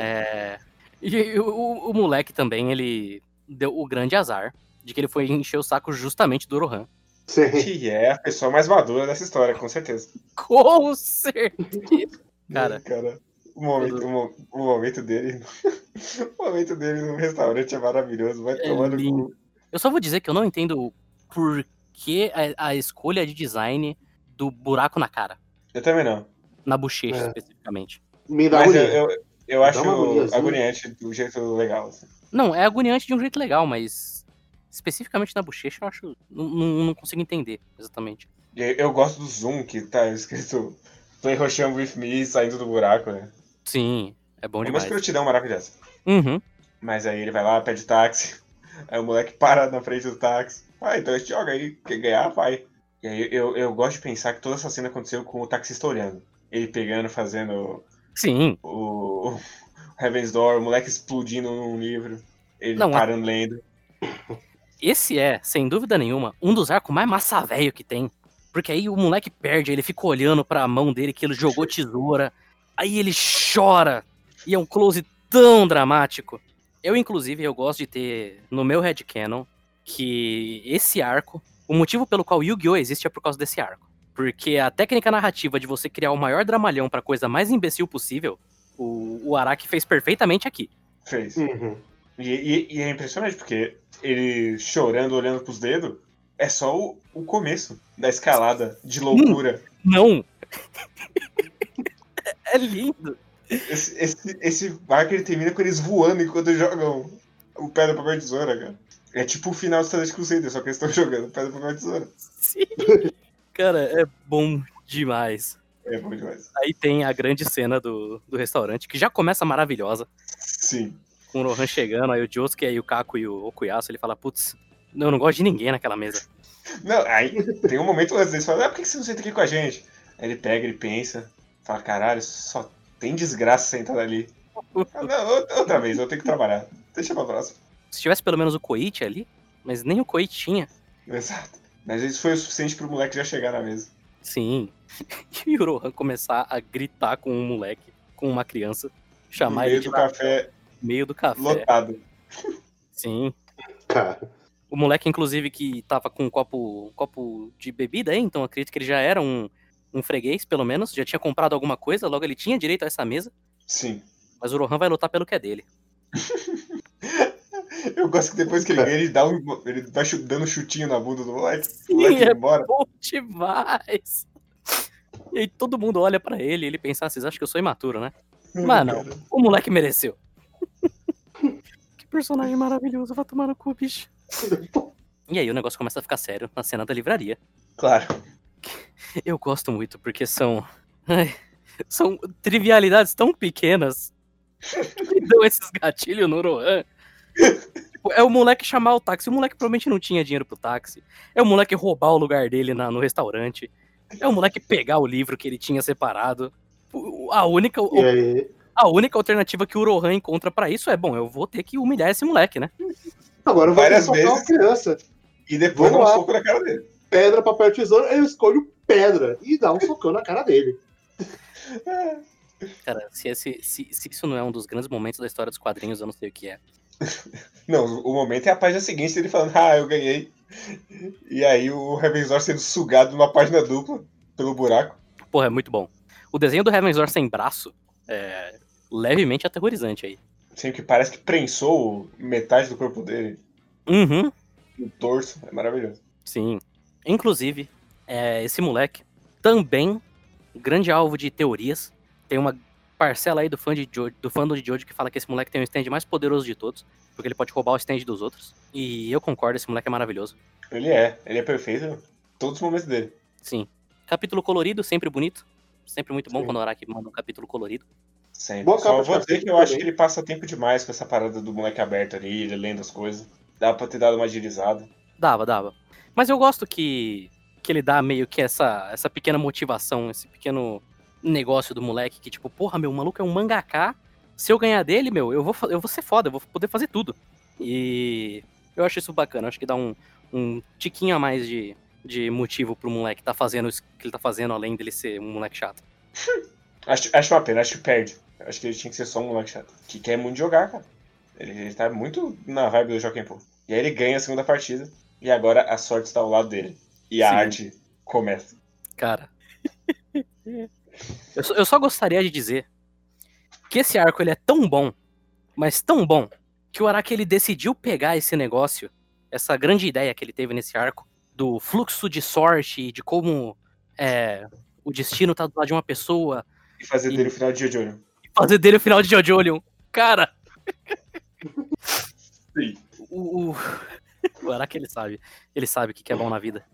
E o moleque também, ele deu o grande azar de que ele foi encher o saco justamente do Rohan. Sim. Que é a pessoa mais madura dessa história, com certeza. Com certeza! Cara, O momento dele. O momento dele no restaurante é maravilhoso. Vai tomar no lindo. cu. Eu só vou dizer que eu não entendo por que a escolha de design do buraco na cara. Eu também não. Na bochecha, É. especificamente. Me dá Mas agonia. eu Dá acho uma agoniazinha. agoniante do jeito legal. Assim. Não, é agoniante de um jeito legal, mas especificamente na bochecha eu acho. Não consigo entender exatamente. E eu gosto do zoom que tá escrito Play Rochambeau with me saindo do buraco, né? Sim, é bom É uma demais. escrotidão maravilhosa. Uhum. Mas aí ele vai lá, pede táxi. Aí o moleque para na frente do táxi. Ah, então a gente joga aí. Quer ganhar, vai. E aí eu gosto de pensar que toda essa cena aconteceu com o taxista olhando. Ele pegando, fazendo Sim. o Heaven's Door, o moleque explodindo num livro. Ele Não, parando lendo. esse é, sem dúvida nenhuma, um dos arcos mais massa velho que tem. Porque aí o moleque perde, ele fica olhando pra mão dele que ele jogou tesoura. Aí ele chora. E é um close tão dramático. Inclusive, eu gosto de ter no meu headcanon que esse arco, o motivo pelo qual Yu-Gi-Oh! Existe é por causa desse arco. Porque a técnica narrativa de você criar o maior dramalhão pra coisa mais imbecil possível, o Araki fez perfeitamente aqui. Fez. Uhum. E é impressionante, porque ele chorando, olhando pros dedos, é só o começo da escalada de loucura. Não! É lindo! Esse arco ele termina com eles voando enquanto jogam o pedra, papel, tesoura, cara. É tipo o final do Starlight Crusader, só que eles estão jogando pedra, papel, tesoura. Sim. Cara, é bom demais. É bom demais. Aí tem a grande cena do restaurante, que já começa maravilhosa. Sim. Com o Rohan chegando, aí o Josuke, aí o Kaku e o Okuyasu, ele fala, putz, eu não gosto de ninguém naquela mesa. Não, aí tem um momento antes deles falam, por que você não senta aqui com a gente? Aí ele pega, ele pensa, fala, caralho, só tem desgraça sentada ali. Não, outra vez, eu tenho que trabalhar. Deixa pra próxima. Se tivesse pelo menos o Koichi ali, mas nem o Koichi tinha. Exato. Mas isso foi o suficiente pro moleque já chegar na mesa. Sim. E o Rohan começar a gritar com um moleque, com uma criança, chamar No ele meio de do café meio do café. lotado. Sim. Cara, O moleque, inclusive, que tava com um copo de bebida aí, então eu acredito que ele já era um freguês, pelo menos. Já tinha comprado alguma coisa, logo ele tinha direito a essa mesa. Sim. Mas o Rohan vai lutar pelo que é dele. Eu gosto que depois que ele ganha, ele vai dando chutinho na bunda do moleque. Sim, O moleque é embora. bom demais. E aí todo mundo olha pra ele e ele pensa, vocês acham que eu sou imaturo, né? Mas não, o moleque mereceu. Que personagem maravilhoso, vai tomar no cu, bicho. E aí o negócio começa a ficar sério na cena da livraria. Claro. Eu gosto muito, porque são trivialidades tão pequenas que dão esses gatilhos no Rohan. Tipo, é o moleque chamar o táxi. O moleque provavelmente não tinha dinheiro pro táxi. É o moleque roubar o lugar dele no restaurante. É o moleque pegar o livro que ele tinha separado. A única alternativa que o Rohan encontra pra isso é, bom, eu vou ter que humilhar esse moleque, né? agora eu vou ter que Várias socar uma vezes. criança. E depois dá um Vamos lá. soco na cara dele. Pedra, papel, tesoura, eu escolho pedra e dá um socão na cara dele. Cara, se isso não é um dos grandes momentos da história dos quadrinhos, eu não sei o que é. Não, o momento é a página seguinte dele falando, eu ganhei. E aí o Revenzor sendo sugado numa página dupla pelo buraco. Porra, é muito bom. O desenho do Revenzor sem braço é levemente aterrorizante aí. Sempre que parece que prensou metade do corpo dele Uhum, no torso. É maravilhoso. sim. Inclusive, esse moleque também grande alvo de teorias. Tem uma parcela aí do fandom de Jojo que fala que esse moleque tem o stand mais poderoso de todos, porque ele pode roubar o stand dos outros. E eu concordo, esse moleque é maravilhoso. Ele é perfeito em todos os momentos dele. Sim. Capítulo colorido, sempre bonito. Sempre muito bom Sim. quando o Araki manda um capítulo colorido. Sempre. Boa Só capa de vou dizer capítulo que eu acho também. que ele passa tempo demais com essa parada do moleque aberto ali, ele lendo as coisas. Dá pra ter dado uma agilizada. Dava. Mas eu gosto que ele dá meio que essa pequena motivação, esse pequeno negócio do moleque que, tipo, porra, meu, o maluco é um mangaká. Se eu ganhar dele, meu, eu vou ser foda, eu vou poder fazer tudo. E eu acho isso bacana, acho que dá um tiquinho a mais de motivo pro moleque tá fazendo isso que ele tá fazendo, além dele ser um moleque chato. Acho uma pena, acho que perde. Acho que ele tinha que ser só um moleque chato. Que quer muito jogar, cara. Ele tá muito na vibe do Joaquim Pô. E aí ele ganha a segunda partida. E agora a sorte está ao lado dele. E a Sim. arte começa. Cara, eu só gostaria de dizer que esse arco ele é tão bom, mas tão bom, que o Araki ele decidiu pegar esse negócio, essa grande ideia que ele teve nesse arco, do fluxo de sorte, de como o destino tá do lado de uma pessoa, E fazer dele o final de Jojo. e fazer dele o final de Jojolion. Cara, Sim. o Araki ele sabe o que é bom na vida.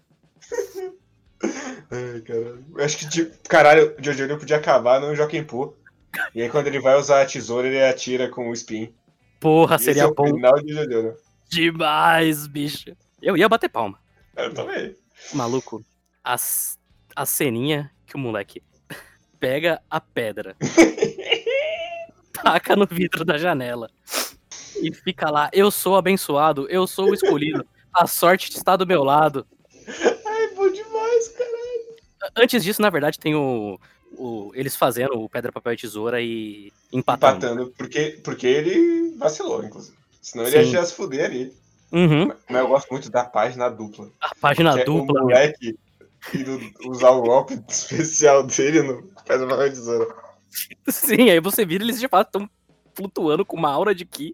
Ai, caralho. Eu acho que, caralho, o Jojo podia acabar no Joaquim Pô. E aí quando ele vai usar a tesoura, ele atira com o spin. Porra, E seria esse é bom o final de Jojo. demais, bicho. Eu ia bater palma. Eu também. Maluco, a ceninha que o moleque pega a pedra, taca no vidro da janela E fica lá, eu sou abençoado, eu sou o escolhido, a sorte está do meu lado. Ai, bom demais, cara. Antes disso, na verdade, tem eles fazendo o pedra, papel e tesoura e empatando. Porque ele vacilou, inclusive. Senão ele Sim. ia se fuder ali. Uhum. Mas eu gosto muito da página dupla. A página Que dupla. É o moleque indo usar o golpe especial dele no pedra, papel e tesoura. Sim, aí você vira, eles de fato estão flutuando com uma aura de ki.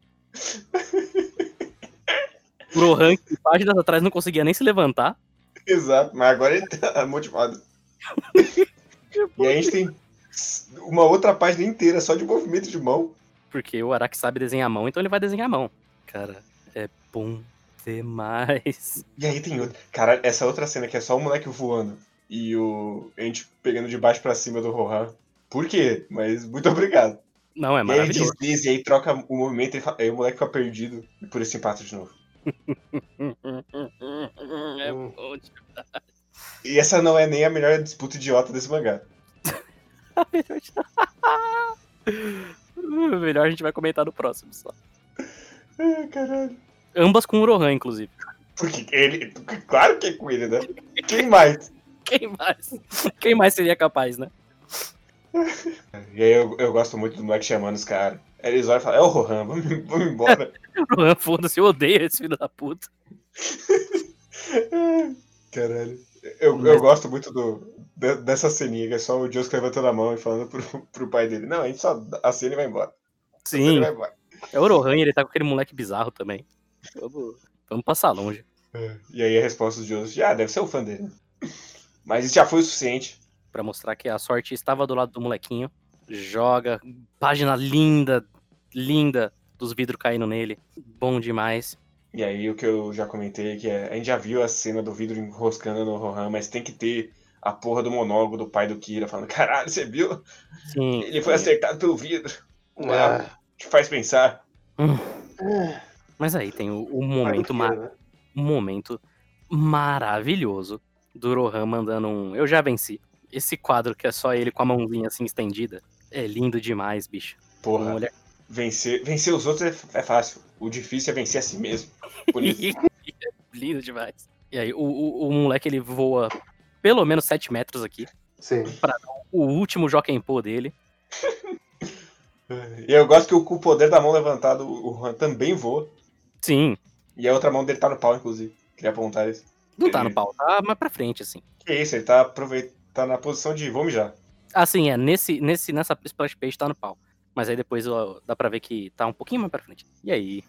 O Rohan, que páginas atrás não conseguia nem se levantar. Exato, mas agora ele tá motivado. E aí a gente tem uma outra página inteira só de movimento de mão. Porque o Araki sabe desenhar a mão, então ele vai desenhar a mão. Cara, é bom demais. E aí tem outra. Cara, essa outra cena que é só o moleque voando e a gente pegando de baixo pra cima do Rohan. Por quê? Mas muito obrigado. Não, é E aí ele maravilhoso. desliza e aí troca o movimento e aí o moleque fica perdido e por esse empate de novo. É bom demais. E essa não é nem a melhor disputa idiota desse mangá. Melhor a gente vai comentar no próximo só. Ai, caralho. Ambas com o Rohan, inclusive. Porque ele. Claro que é com ele, né? Quem mais? Quem mais? Quem mais seria capaz, né? E aí eu gosto muito do moleque chamando os caras. Eles olham e falam, é o Rohan, vamos embora. Rohan, foda-se, eu odeio esse filho da puta. Caralho. Eu gosto muito dessa ceninha, que é só o Joseph levantando a mão e falando pro pai dele. Não, a gente só acena e vai embora. Sim. Vai embora. É o Rohan e ele tá com aquele moleque bizarro também. Vamos passar longe. E aí a resposta do Joseph, deve ser o fã dele. Mas isso já foi o suficiente. Pra mostrar que a sorte estava do lado do molequinho. Joga, página linda, linda, dos vidros caindo nele. Bom demais. E aí o que eu já comentei, que a gente já viu a cena do vidro enroscando no Rohan, mas tem que ter a porra do monólogo do pai do Kira falando, caralho, você viu? Sim. Ele foi acertado pelo vidro. Te faz pensar. Mas aí tem o momento, um momento maravilhoso do Rohan mandando um eu já venci. Esse quadro que é só ele com a mãozinha assim estendida é lindo demais, bicho. Porra, vencer os outros é fácil. O difícil é vencer a si mesmo. Bonito. Lindo demais. E aí o moleque ele voa pelo menos 7 metros aqui. Sim. Pra dar o último Jokenpô dele. E eu gosto que com o poder da mão levantada o Rohan também voa. Sim. E a outra mão dele tá no pau, inclusive. Queria apontar isso. Não tá no pau, tá mais pra frente, assim. Que isso, ele tá na posição de vou mijar. Ah, sim, nessa splash page tá no pau. Mas aí depois dá pra ver que tá um pouquinho mais pra frente. E aí,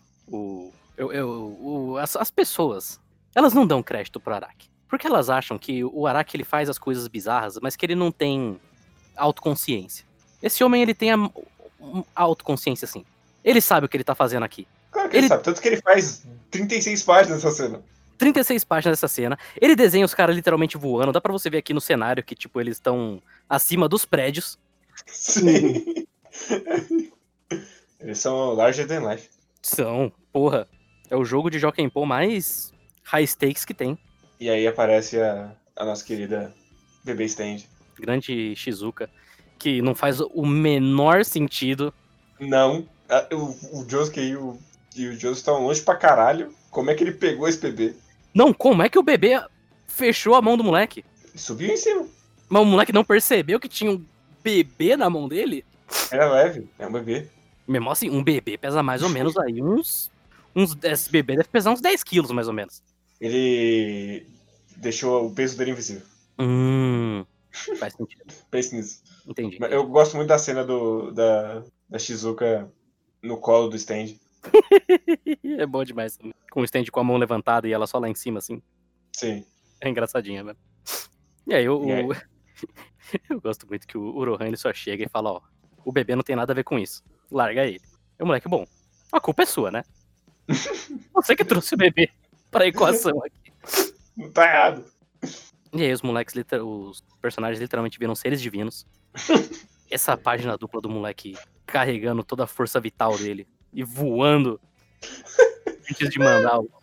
as pessoas, elas não dão crédito pro Araki. Porque elas acham que o Araki ele faz as coisas bizarras, mas que ele não tem autoconsciência. Esse homem, ele tem a autoconsciência, sim. Ele sabe o que ele tá fazendo aqui. Claro que ele sabe, tanto que ele faz 36 páginas nessa cena. 36 páginas dessa cena. Ele desenha os caras literalmente voando. Dá pra você ver aqui no cenário que, tipo, eles estão acima dos prédios. Sim. Eles são larger than life. São, porra. É o jogo de Jokenpô mais high stakes que tem. E aí aparece a nossa querida bebê stand. Grande Shizuka. Que não faz o menor sentido. Não. O Josuke e o Josuke estão longe pra caralho. Como é que ele pegou esse bebê? Não, como é que o bebê fechou a mão do moleque? Subiu em cima. Mas o moleque não percebeu que tinha um bebê na mão dele? Era leve, é um bebê. Mesmo assim, um bebê pesa mais ou menos aí esse bebê deve pesar uns 10 quilos, mais ou menos. Ele deixou o peso dele invisível. Faz sentido. Pense nisso. Entendi. Eu gosto muito da cena da Shizuka no colo do stand. É bom demais. Com o stand com a mão levantada e ela só lá em cima, assim. Sim. É engraçadinha, velho. E aí, eu gosto muito que o Rohan ele só chega e fala, ó, o bebê não tem nada a ver com isso. Larga ele. E o moleque, bom, a culpa é sua, né? Você que trouxe o bebê pra equação aqui. Não tá errado. E aí os moleques, os personagens literalmente viram seres divinos. Essa página dupla do moleque carregando toda a força vital dele e voando antes de mandar o...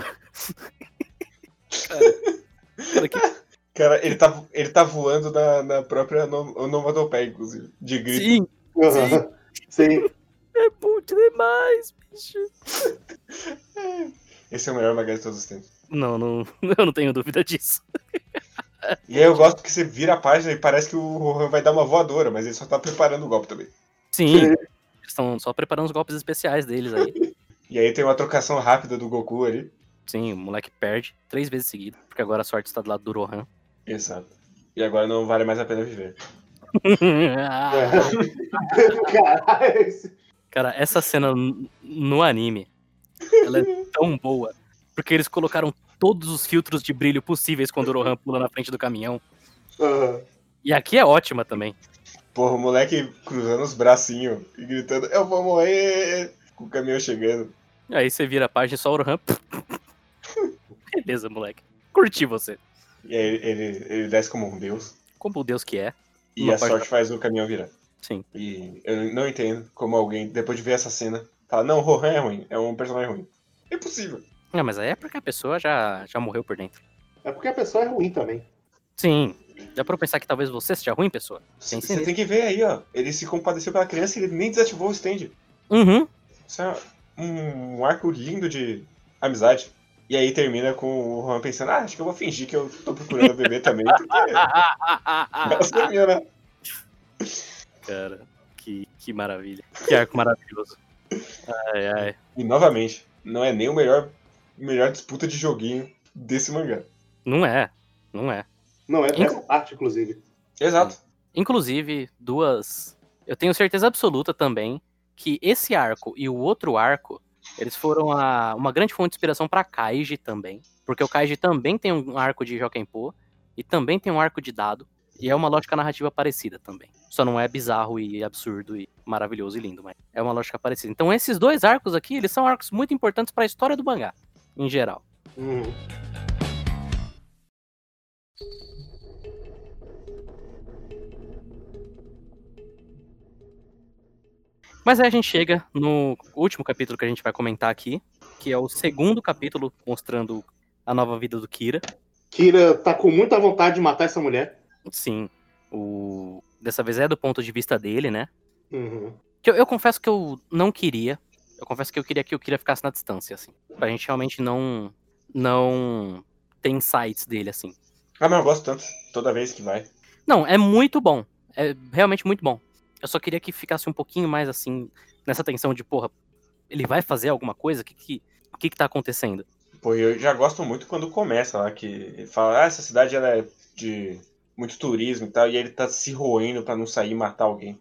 Cara, ele tá voando na própria onomatopeia, inclusive, de grito. Sim, Sim. é bom demais, Esse é o melhor mangá de todos os tempos. Não, eu não tenho dúvida disso. E aí eu gosto que você vira a página e parece que o Rohan vai dar uma voadora, mas ele só tá preparando o golpe também. Sim, eles estão só preparando os golpes especiais deles aí. E aí tem uma trocação rápida do Goku ali. Sim, o moleque perde 3 vezes seguidas, porque agora a sorte está do lado do Rohan. Exato. E agora não vale mais a pena viver. Caralho. Cara, essa cena no anime, ela é tão boa, porque eles colocaram todos os filtros de brilho possíveis quando o Rohan pula na frente do caminhão. E aqui é ótima também. Porra, o moleque cruzando os bracinhos e gritando, eu vou morrer, com o caminhão chegando. Aí você vira a página e só o Rohan. Beleza, moleque. Curti você. E aí ele desce como um deus. Como o Deus que é. E a sorte faz o caminhão virar. Sim. E eu não entendo como alguém, depois de ver essa cena, fala, não, o Rohan é ruim, é um personagem ruim. É impossível. Ah, mas aí é porque a pessoa já morreu por dentro. É porque a pessoa é ruim também. Sim. Dá pra eu pensar que talvez você seja ruim, pessoa? Você tem que ver aí, ó. Ele se compadeceu pela criança e ele nem desativou o stand. Uhum. Isso é um arco lindo de amizade. E aí termina com o Rohan pensando, acho que eu vou fingir que eu tô procurando o bebê também, porque ela sumiu, né? Cara, que maravilha. Que arco maravilhoso. Ai, ai. E novamente, não é nem o melhor disputa de joguinho desse mangá. Não é. Não é. Não, essa parte, inclusive. Exato. Inclusive, eu tenho certeza absoluta também que esse arco e o outro arco, eles foram uma grande fonte de inspiração pra Kaiji também. Porque o Kaiji também tem um arco de Jokenpô e também tem um arco de dado. E é uma lógica narrativa parecida também. Só não é bizarro e absurdo e maravilhoso e lindo, mas é uma lógica parecida. Então esses dois arcos aqui, eles são arcos muito importantes pra história do mangá, em geral. Mas aí a gente chega no último capítulo que a gente vai comentar aqui, que é o segundo capítulo mostrando a nova vida do Kira. Kira tá com muita vontade de matar essa mulher. Sim, dessa vez é do ponto de vista dele, né? Uhum. Eu confesso que eu não queria. Eu confesso que eu queria que o Kira ficasse na distância, assim. Pra gente realmente não ter insights dele, assim. Ah, mas eu gosto tanto, toda vez que vai. Não, é muito bom. É realmente muito bom. Eu só queria que ficasse um pouquinho mais, assim, nessa tensão de, porra, ele vai fazer alguma coisa? O que tá acontecendo? Pô, eu já gosto muito quando começa lá, que ele fala, essa cidade ela é de muito turismo e tal, e ele tá se roendo pra não sair e matar alguém.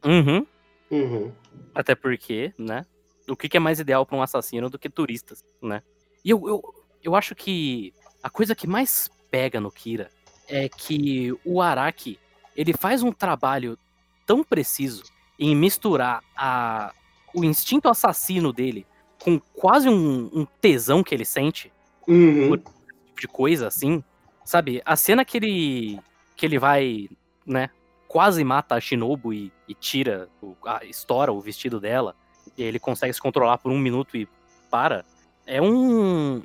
Uhum. Até porque, né? O que é mais ideal pra um assassino do que turistas, né? E eu acho que a coisa que mais pega no Kira é que o Araki, ele faz um trabalho tão preciso em misturar o instinto assassino dele com quase um tesão que ele sente por esse tipo de coisa, assim, sabe? A cena que ele vai, né, quase mata a Shinobu e tira, estoura o vestido dela, e aí ele consegue se controlar por 1 minuto e para. É um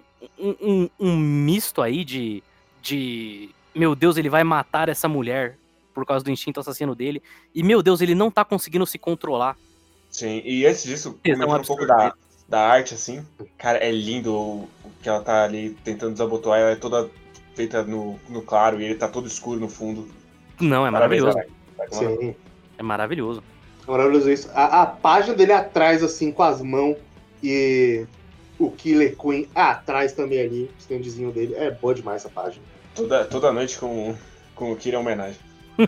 misto aí de meu Deus, ele vai matar essa mulher por causa do instinto assassino dele, e meu Deus, ele não tá conseguindo se controlar. Sim, e antes disso, comentando um pouco da arte, assim, cara, é lindo o que ela tá ali tentando desabotoar, ela é toda feita no claro, e ele tá todo escuro no fundo. Não, é maravilhoso. Sim. É maravilhoso. É maravilhoso isso. A página dele atrás, assim, com as mãos, e o Killer Queen atrás também ali, o standzinho dele, é boa demais essa página. Toda noite com o Kira em homenagem.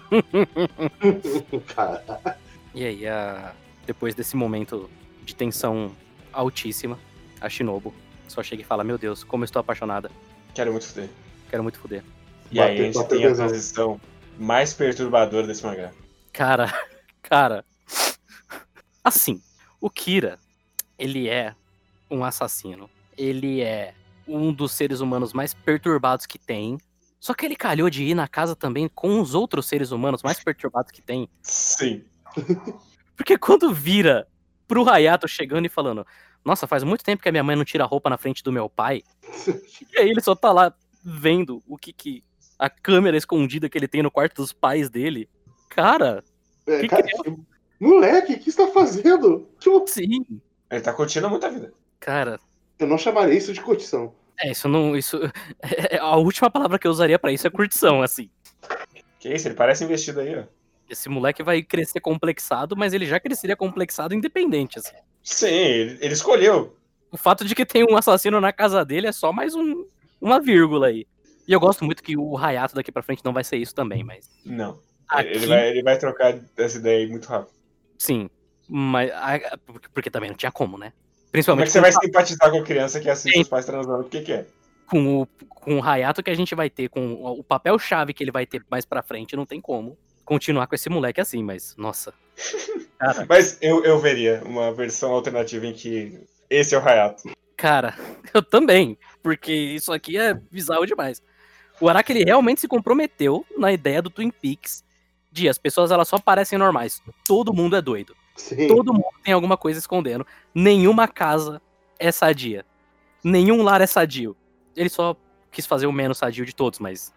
Cara. E aí, depois desse momento de tensão altíssima, a Shinobu só chega e fala, meu Deus, como eu estou apaixonada. Quero muito fuder. Quero muito fuder. E aí a gente tem a transição mais perturbadora desse mangá. Cara, assim, o Kira, ele é um assassino. Ele é um dos seres humanos mais perturbados que tem. Só que ele calhou de ir na casa também com os outros seres humanos mais perturbados que tem. Sim. Porque quando vira pro Hayato chegando e falando, nossa, faz muito tempo que a minha mãe não tira a roupa na frente do meu pai. E aí ele só tá lá vendo o que a câmera escondida que ele tem no quarto dos pais dele. Cara, Moleque, o que você tá fazendo? Sim, Ele tá curtindo muito a vida. Cara, Eu não chamaria isso de curtição. isso não. A última palavra que eu usaria pra isso é curtição, assim. Que isso, ele parece investido aí, ó. Esse moleque vai crescer complexado, mas ele já cresceria complexado independente, assim. Sim, ele escolheu. O fato de que tem um assassino na casa dele é só mais uma vírgula aí. E eu gosto muito que o Hayato daqui pra frente não vai ser isso também, mas. Não. Aqui, Ele vai trocar essa ideia aí muito rápido. sim. Mas. Porque também não tinha como, né? Como é Principalmente que você vai simpatizar com a criança que assiste Sim. os pais transando? O que é? com o Hayato que a gente vai ter, com o papel-chave que ele vai ter mais pra frente, não tem como continuar com esse moleque assim, mas, nossa. Cara, Mas eu veria uma versão alternativa em que esse é o Hayato. cara, eu também, porque isso aqui é bizarro demais. O Araki, ele realmente se comprometeu na ideia do Twin Peaks de as pessoas, elas só parecem normais. Todo mundo é doido. Sim. Todo mundo tem alguma coisa escondendo. Nenhuma casa é sadia. Nenhum lar é sadio. Ele só quis fazer o menos sadio de todos, mas...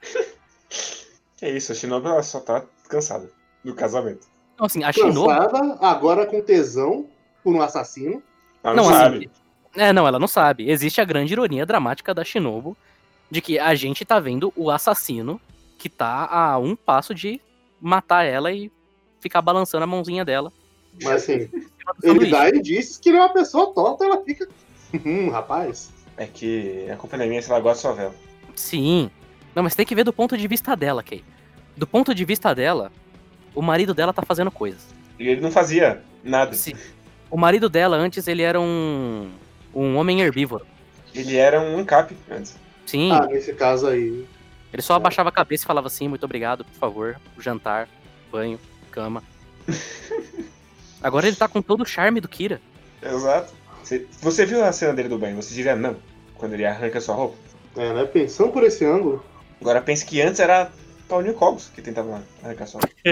É isso, a Shinobi ela só tá cansada do casamento. Então, assim, a Shinobu... Cansada, agora com tesão por um assassino. Ela Não, não assim, sabe. não, ela não sabe. Existe a grande ironia dramática da Shinobu de que a gente tá vendo o assassino que tá a um passo de matar ela e ficar balançando a mãozinha dela. Mas assim, ele dá e diz que ele é uma pessoa torta, ela fica. Rapaz. É que a culpa não é minha se ela gosta só vela. Sim. Não, mas tem que ver do ponto de vista dela, Kay. Do ponto de vista dela, o marido dela tá fazendo coisas. E ele não fazia nada. Sim. O marido dela, antes, ele era um homem herbívoro. Ele era um ANCAP antes. Sim. Nesse caso aí. Ele só abaixava a cabeça e falava assim, muito obrigado, por favor, jantar, banho, cama. Agora ele tá com todo o charme do Kira. Exato. Você viu a cena dele do banho? Você diria não, quando ele arranca sua roupa? Né? Pensando por esse ângulo. Agora pense que antes era Paulinho Cogos que tentava arrancar sua roupa.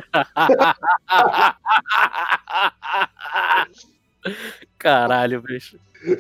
Caralho, bicho.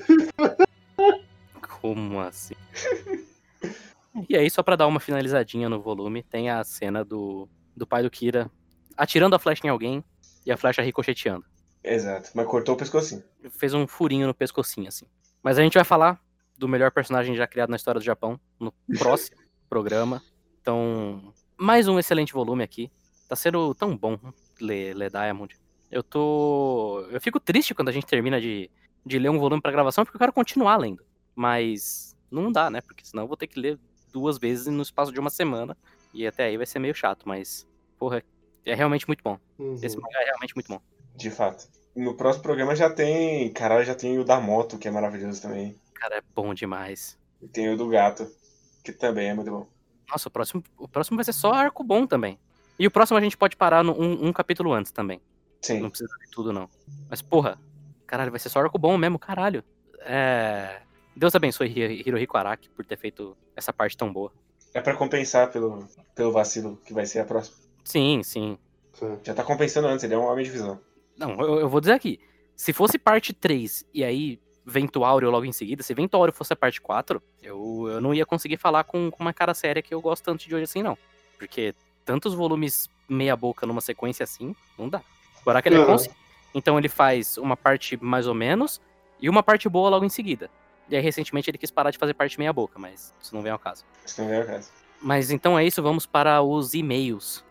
Como assim? E aí, só pra dar uma finalizadinha no volume, tem a cena do pai do Kira atirando a flecha em alguém e a flecha ricocheteando. Exato, mas cortou o pescocinho. Fez um furinho no pescocinho, assim. Mas a gente vai falar do melhor personagem já criado na história do Japão no próximo programa. Então, mais um excelente volume aqui. Tá sendo tão bom ler Diamond. Eu fico triste quando a gente termina de ler um volume pra gravação, porque eu quero continuar lendo. Mas não dá, né? Porque senão eu vou ter que ler 2 vezes no espaço de uma semana. E até aí vai ser meio chato, mas, porra, é realmente muito bom. Esse mangá é realmente muito bom. De fato. No próximo programa já tem o da moto, que é maravilhoso também. Cara, é bom demais. E tem o do gato, que também é muito bom. Nossa, o próximo vai ser só arco bom também. E o próximo a gente pode parar um capítulo antes também. Sim. Não precisa de tudo, não. Mas, porra, caralho, vai ser só arco bom mesmo, caralho. Deus abençoe Hirohiko Araki por ter feito essa parte tão boa. É pra compensar pelo vacilo que vai ser a próxima. Sim. Já tá compensando antes, ele é um homem de visão. Não, eu vou dizer aqui. Se fosse parte 3 e aí Vento Áureo logo em seguida, se Vento Áureo fosse a parte 4, eu não ia conseguir falar com uma cara séria que eu gosto tanto de hoje assim, não. Porque tantos volumes meia boca numa sequência assim, não dá. O Araki ele é consciente. Então ele faz uma parte mais ou menos e uma parte boa logo em seguida. E aí recentemente ele quis parar de fazer parte meia boca, mas isso não vem ao caso. Isso não vem ao caso. Mas então é isso, vamos para os e-mails.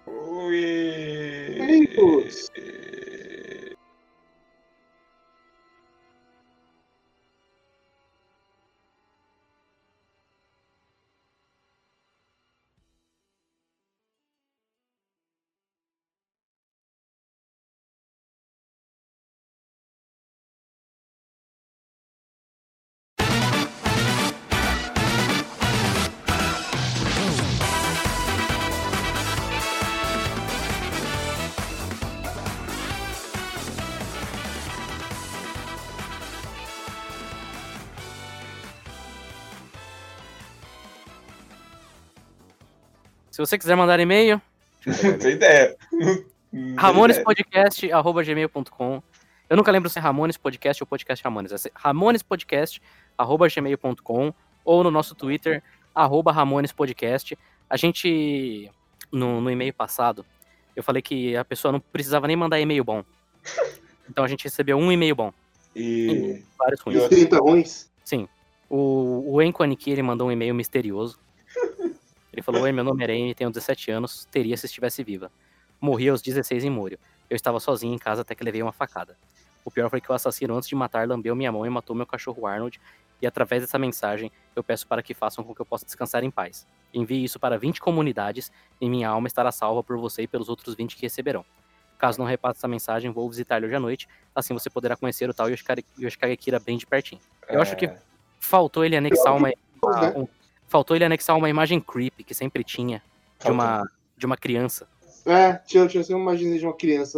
E-mails. Se você quiser mandar e-mail... Não tem ideia. ramonespodcast@gmail.com. Eu nunca lembro se é Ramones Podcast ou Podcast Ramones. É ramonespodcast@gmail.com ou no nosso Twitter, @ramonespodcast. A gente, no e-mail passado, eu falei que a pessoa não precisava nem mandar e-mail bom. Então a gente recebeu um e-mail bom. E Vários E ruins. outro- 30 ruins. Sim. O Enco Aniki, ele mandou um e-mail misterioso. Ele falou: Oi, meu nome é Eren, tenho 17 anos, teria se estivesse viva. Morri aos 16 em Múrio. Eu estava sozinho em casa até que levei uma facada. O pior foi que o assassino, antes de matar, lambeu minha mão e matou meu cachorro Arnold. E através dessa mensagem, eu peço para que façam com que eu possa descansar em paz. Envie isso para 20 comunidades e minha alma estará salva por você e pelos outros 20 que receberão. Caso não repasse essa mensagem, vou visitar-lhe hoje à noite. Assim você poderá conhecer o tal Yoshikage Kira bem de pertinho. Eu acho que faltou ele anexar né? faltou ele anexar uma imagem creepy que sempre tinha de uma criança. Tinha assim, uma imagem de uma criança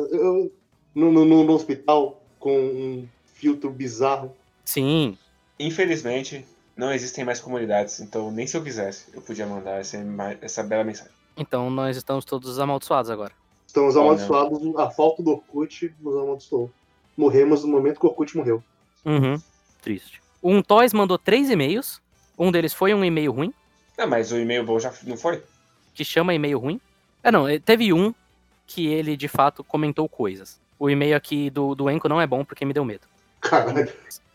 no hospital com um filtro bizarro. Sim. Infelizmente, não existem mais comunidades, então nem se eu quisesse, eu podia mandar essa bela mensagem. Então nós estamos todos amaldiçoados agora. Estamos amaldiçoados, a falta do Orkut nos amaldiçoou. Morremos no momento que o Orkut morreu. Uhum. Triste. O Untoys mandou 3 e-mails. Um deles foi um e-mail ruim, Não, mas o e-mail bom já não foi? que chama e-mail ruim. Não, teve um que ele de fato comentou coisas. O e-mail aqui do Enco não é bom porque me deu medo. Caralho.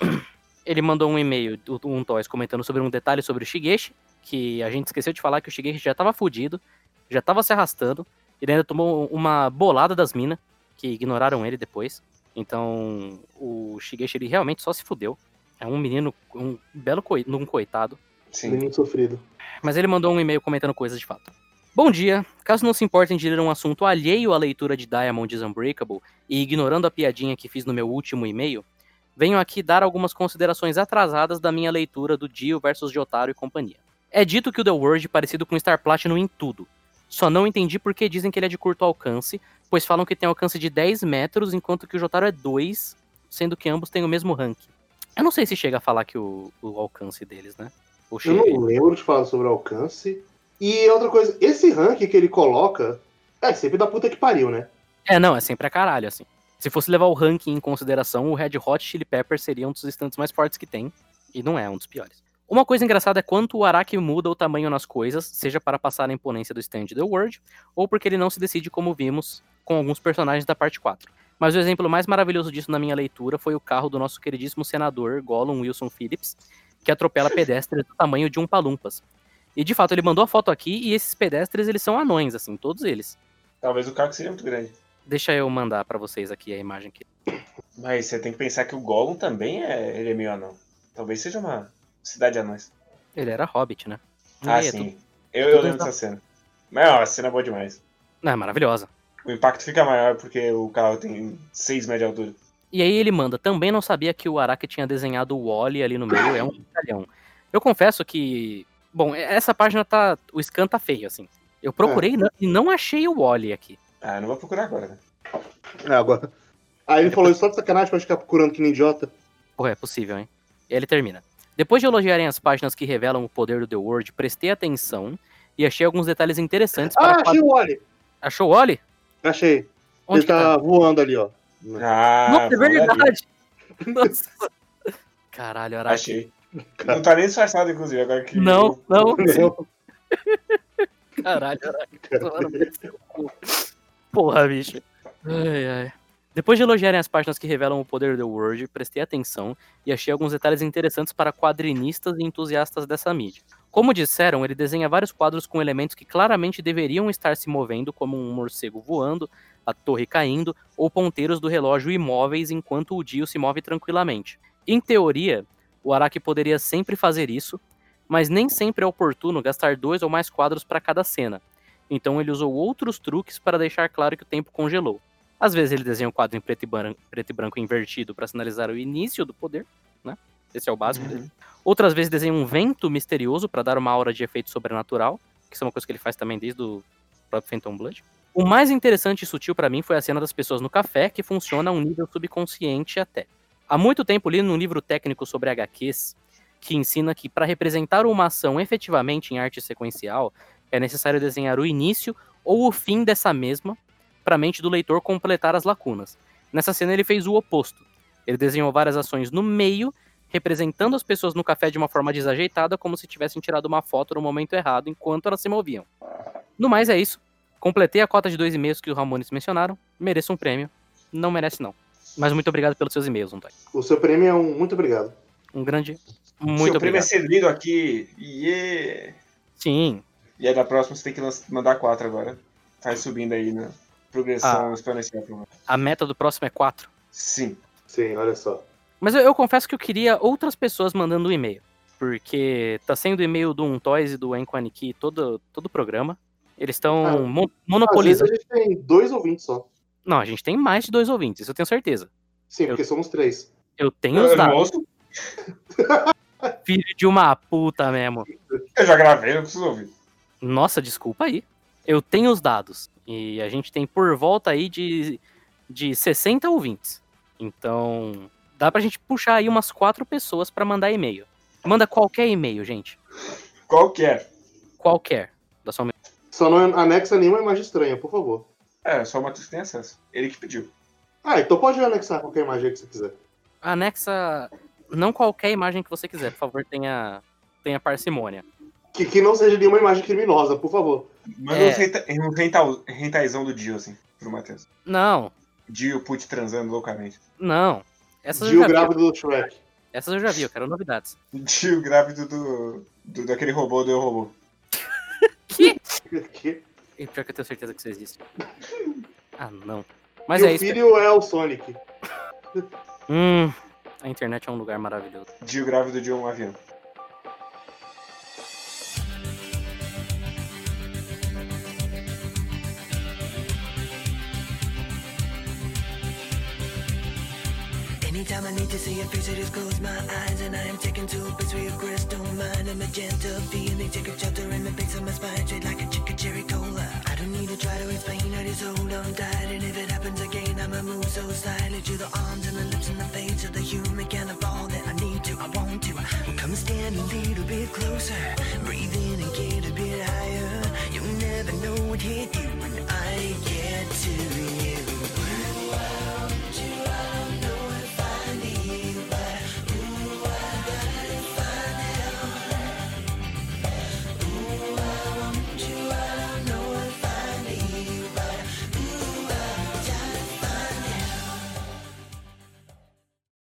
Ele mandou um e-mail do Untoys comentando sobre um detalhe sobre o Shigeshi, que a gente esqueceu de falar que o Shigeshi já tava fudido, já tava se arrastando, e ainda tomou uma bolada das minas, que ignoraram ele depois. Então, o Shigeshi, ele realmente só se fudeu. É um menino, um belo coitado. Sim. Menino sofrido. Mas ele mandou um e-mail comentando coisas de fato. Bom dia, caso não se importem de ler um assunto alheio à leitura de Diamond is Unbreakable e ignorando a piadinha que fiz no meu último e-mail, venho aqui dar algumas considerações atrasadas da minha leitura do Dio vs Jotaro e companhia. É dito que o The World é parecido com Star Platinum em tudo. Só não entendi por que dizem que ele é de curto alcance, pois falam que tem alcance de 10 metros, enquanto que o Jotaro é 2, sendo que ambos têm o mesmo rank. Eu não sei se chega a falar que o alcance deles, né? Eu não lembro de falar sobre o alcance. E outra coisa, esse rank que ele coloca é sempre da puta que pariu, né? Não, é sempre a caralho, assim. Se fosse levar o ranking em consideração, o Red Hot Chili Peppers seria um dos stands mais fortes que tem, e não é um dos piores. Uma coisa engraçada é quanto o Araki muda o tamanho nas coisas, seja para passar a imponência do stand The World, ou porque ele não se decide como vimos com alguns personagens da parte 4. Mas o exemplo mais maravilhoso disso na minha leitura foi o carro do nosso queridíssimo senador Gollum Wilson Phillips, que atropela pedestres do tamanho de um palumpas. E de fato, ele mandou a foto aqui e esses pedestres, eles são anões, assim, todos eles. Talvez o carro seja muito grande. Deixa eu mandar pra vocês aqui a imagem aqui. Mas você tem que pensar que o Gollum também ele é meio anão. Talvez seja uma cidade de anões. Ele era hobbit, né? Ah, E sim. tudo Eu lembro dessa cena. Mas ó, a cena é boa demais. Não, é maravilhosa. O impacto fica maior porque o carro tem 6 metros de altura. E aí ele manda, também não sabia que o Araki tinha desenhado o Wally ali no meio, é um brincalhão. Eu confesso que, bom, essa página tá, o scan tá feio, assim. Eu procurei e não achei o Wally aqui. Ah, eu não vou procurar agora, né? Agora. Aí ele falou isso só de sacanagem pra ficar procurando que nem idiota. Porra, é possível, hein? E aí ele termina. Depois de elogiarem as páginas que revelam o poder do The World, prestei atenção e achei alguns detalhes interessantes para... achei o Wally! Achou o Wally? Achei. Onde ele tá voando ali, ó. Nossa, é verdade! Nossa. Caralho, Araki. Achei. Não tá nem disfarçado, inclusive, agora que... Não. Não. Caralho, Araki. Porra, bicho. Ai. Depois de elogiarem as páginas que revelam o poder do The World, prestei atenção e achei alguns detalhes interessantes para quadrinistas e entusiastas dessa mídia. Como disseram, ele desenha vários quadros com elementos que claramente deveriam estar se movendo, como um morcego voando, a torre caindo, ou ponteiros do relógio imóveis enquanto o Dio se move tranquilamente. Em teoria, o Araki poderia sempre fazer isso, mas nem sempre é oportuno gastar 2 ou mais quadros para cada cena. Então ele usou outros truques para deixar claro que o tempo congelou. Às vezes ele desenha um quadro em preto e branco invertido para sinalizar o início do poder, né? Esse é o básico dele. Outras vezes desenha um vento misterioso para dar uma aura de efeito sobrenatural, que isso é uma coisa que ele faz também desde o próprio Phantom Blood. O mais interessante e sutil para mim foi a cena das pessoas no café, que funciona a um nível subconsciente até. Há muito tempo li num livro técnico sobre HQs, que ensina que para representar uma ação efetivamente em arte sequencial, é necessário desenhar o início ou o fim dessa mesma, para a mente do leitor completar as lacunas. Nessa cena ele fez o oposto. Ele desenhou várias ações no meio, representando as pessoas no café de uma forma desajeitada, como se tivessem tirado uma foto no momento errado, enquanto elas se moviam. No mais é isso. Completei a cota de 2 e-mails que os Ramones mencionaram. Mereço um prêmio. Não merece não. Mas muito obrigado pelos seus e-mails, Untai. O seu prêmio é um muito obrigado. Um grande... Seu Muito prêmio é obrigado. ser lido aqui. Yeah! Sim. E aí da próxima você tem que mandar 4 agora. Vai subindo aí na progressão exponencial. A meta do próximo é 4. Sim. Sim, olha só. Mas eu confesso que eu queria outras pessoas mandando um e-mail. Porque tá sendo e-mail do Untoys e do Enquaniki todo o programa. Eles estão monopolizando. Às vezes a gente tem 2 ouvintes só. Não, a gente tem mais de 2 ouvintes, isso eu tenho certeza. Sim, porque somos 3. Eu tenho os dados. Moço, Filho de uma puta mesmo. eu já gravei, não preciso ouvir. Nossa, desculpa aí. Eu tenho os dados. E a gente tem por volta aí de 60 ouvintes. Então, dá pra gente puxar aí umas 4 pessoas pra mandar e-mail. Manda qualquer e-mail, gente. Qualquer. Qualquer. Da sua... Só não anexa nenhuma imagem estranha, por favor. É, só o Matheus tem acesso. Ele que pediu. Então pode anexar qualquer imagem que você quiser. Anexa não qualquer imagem que você quiser. Por favor, tenha parcimônia. Que não seja nenhuma imagem criminosa, por favor. Manda um rentaizão do Dio, assim, pro Matheus. Não, Dio Put transando loucamente. não. Essas eu Dio já vi. grávido do Shrek. Essas eu já vi, eu quero novidades. Dio grávido daquele robô do Eu Robô. Que? Que? E pior que eu tenho certeza que isso existe. Ah, não. Mas E é o isso. filho é o Sonic. A internet é um lugar maravilhoso. Dio grávido de um avião. Anytime I need to see your face, I just close my eyes and I am taken to a place where your crystal mind and magenta feeling take a shelter in the base of my spine, straight like a chicken cherry cola. I don't need to try to explain, I just hold on tight, and if it happens again, I'ma move so silently to the arms and the lips and the face of the human kind of all that I need to, I want to. Well, come stand a little bit closer, breathe in and get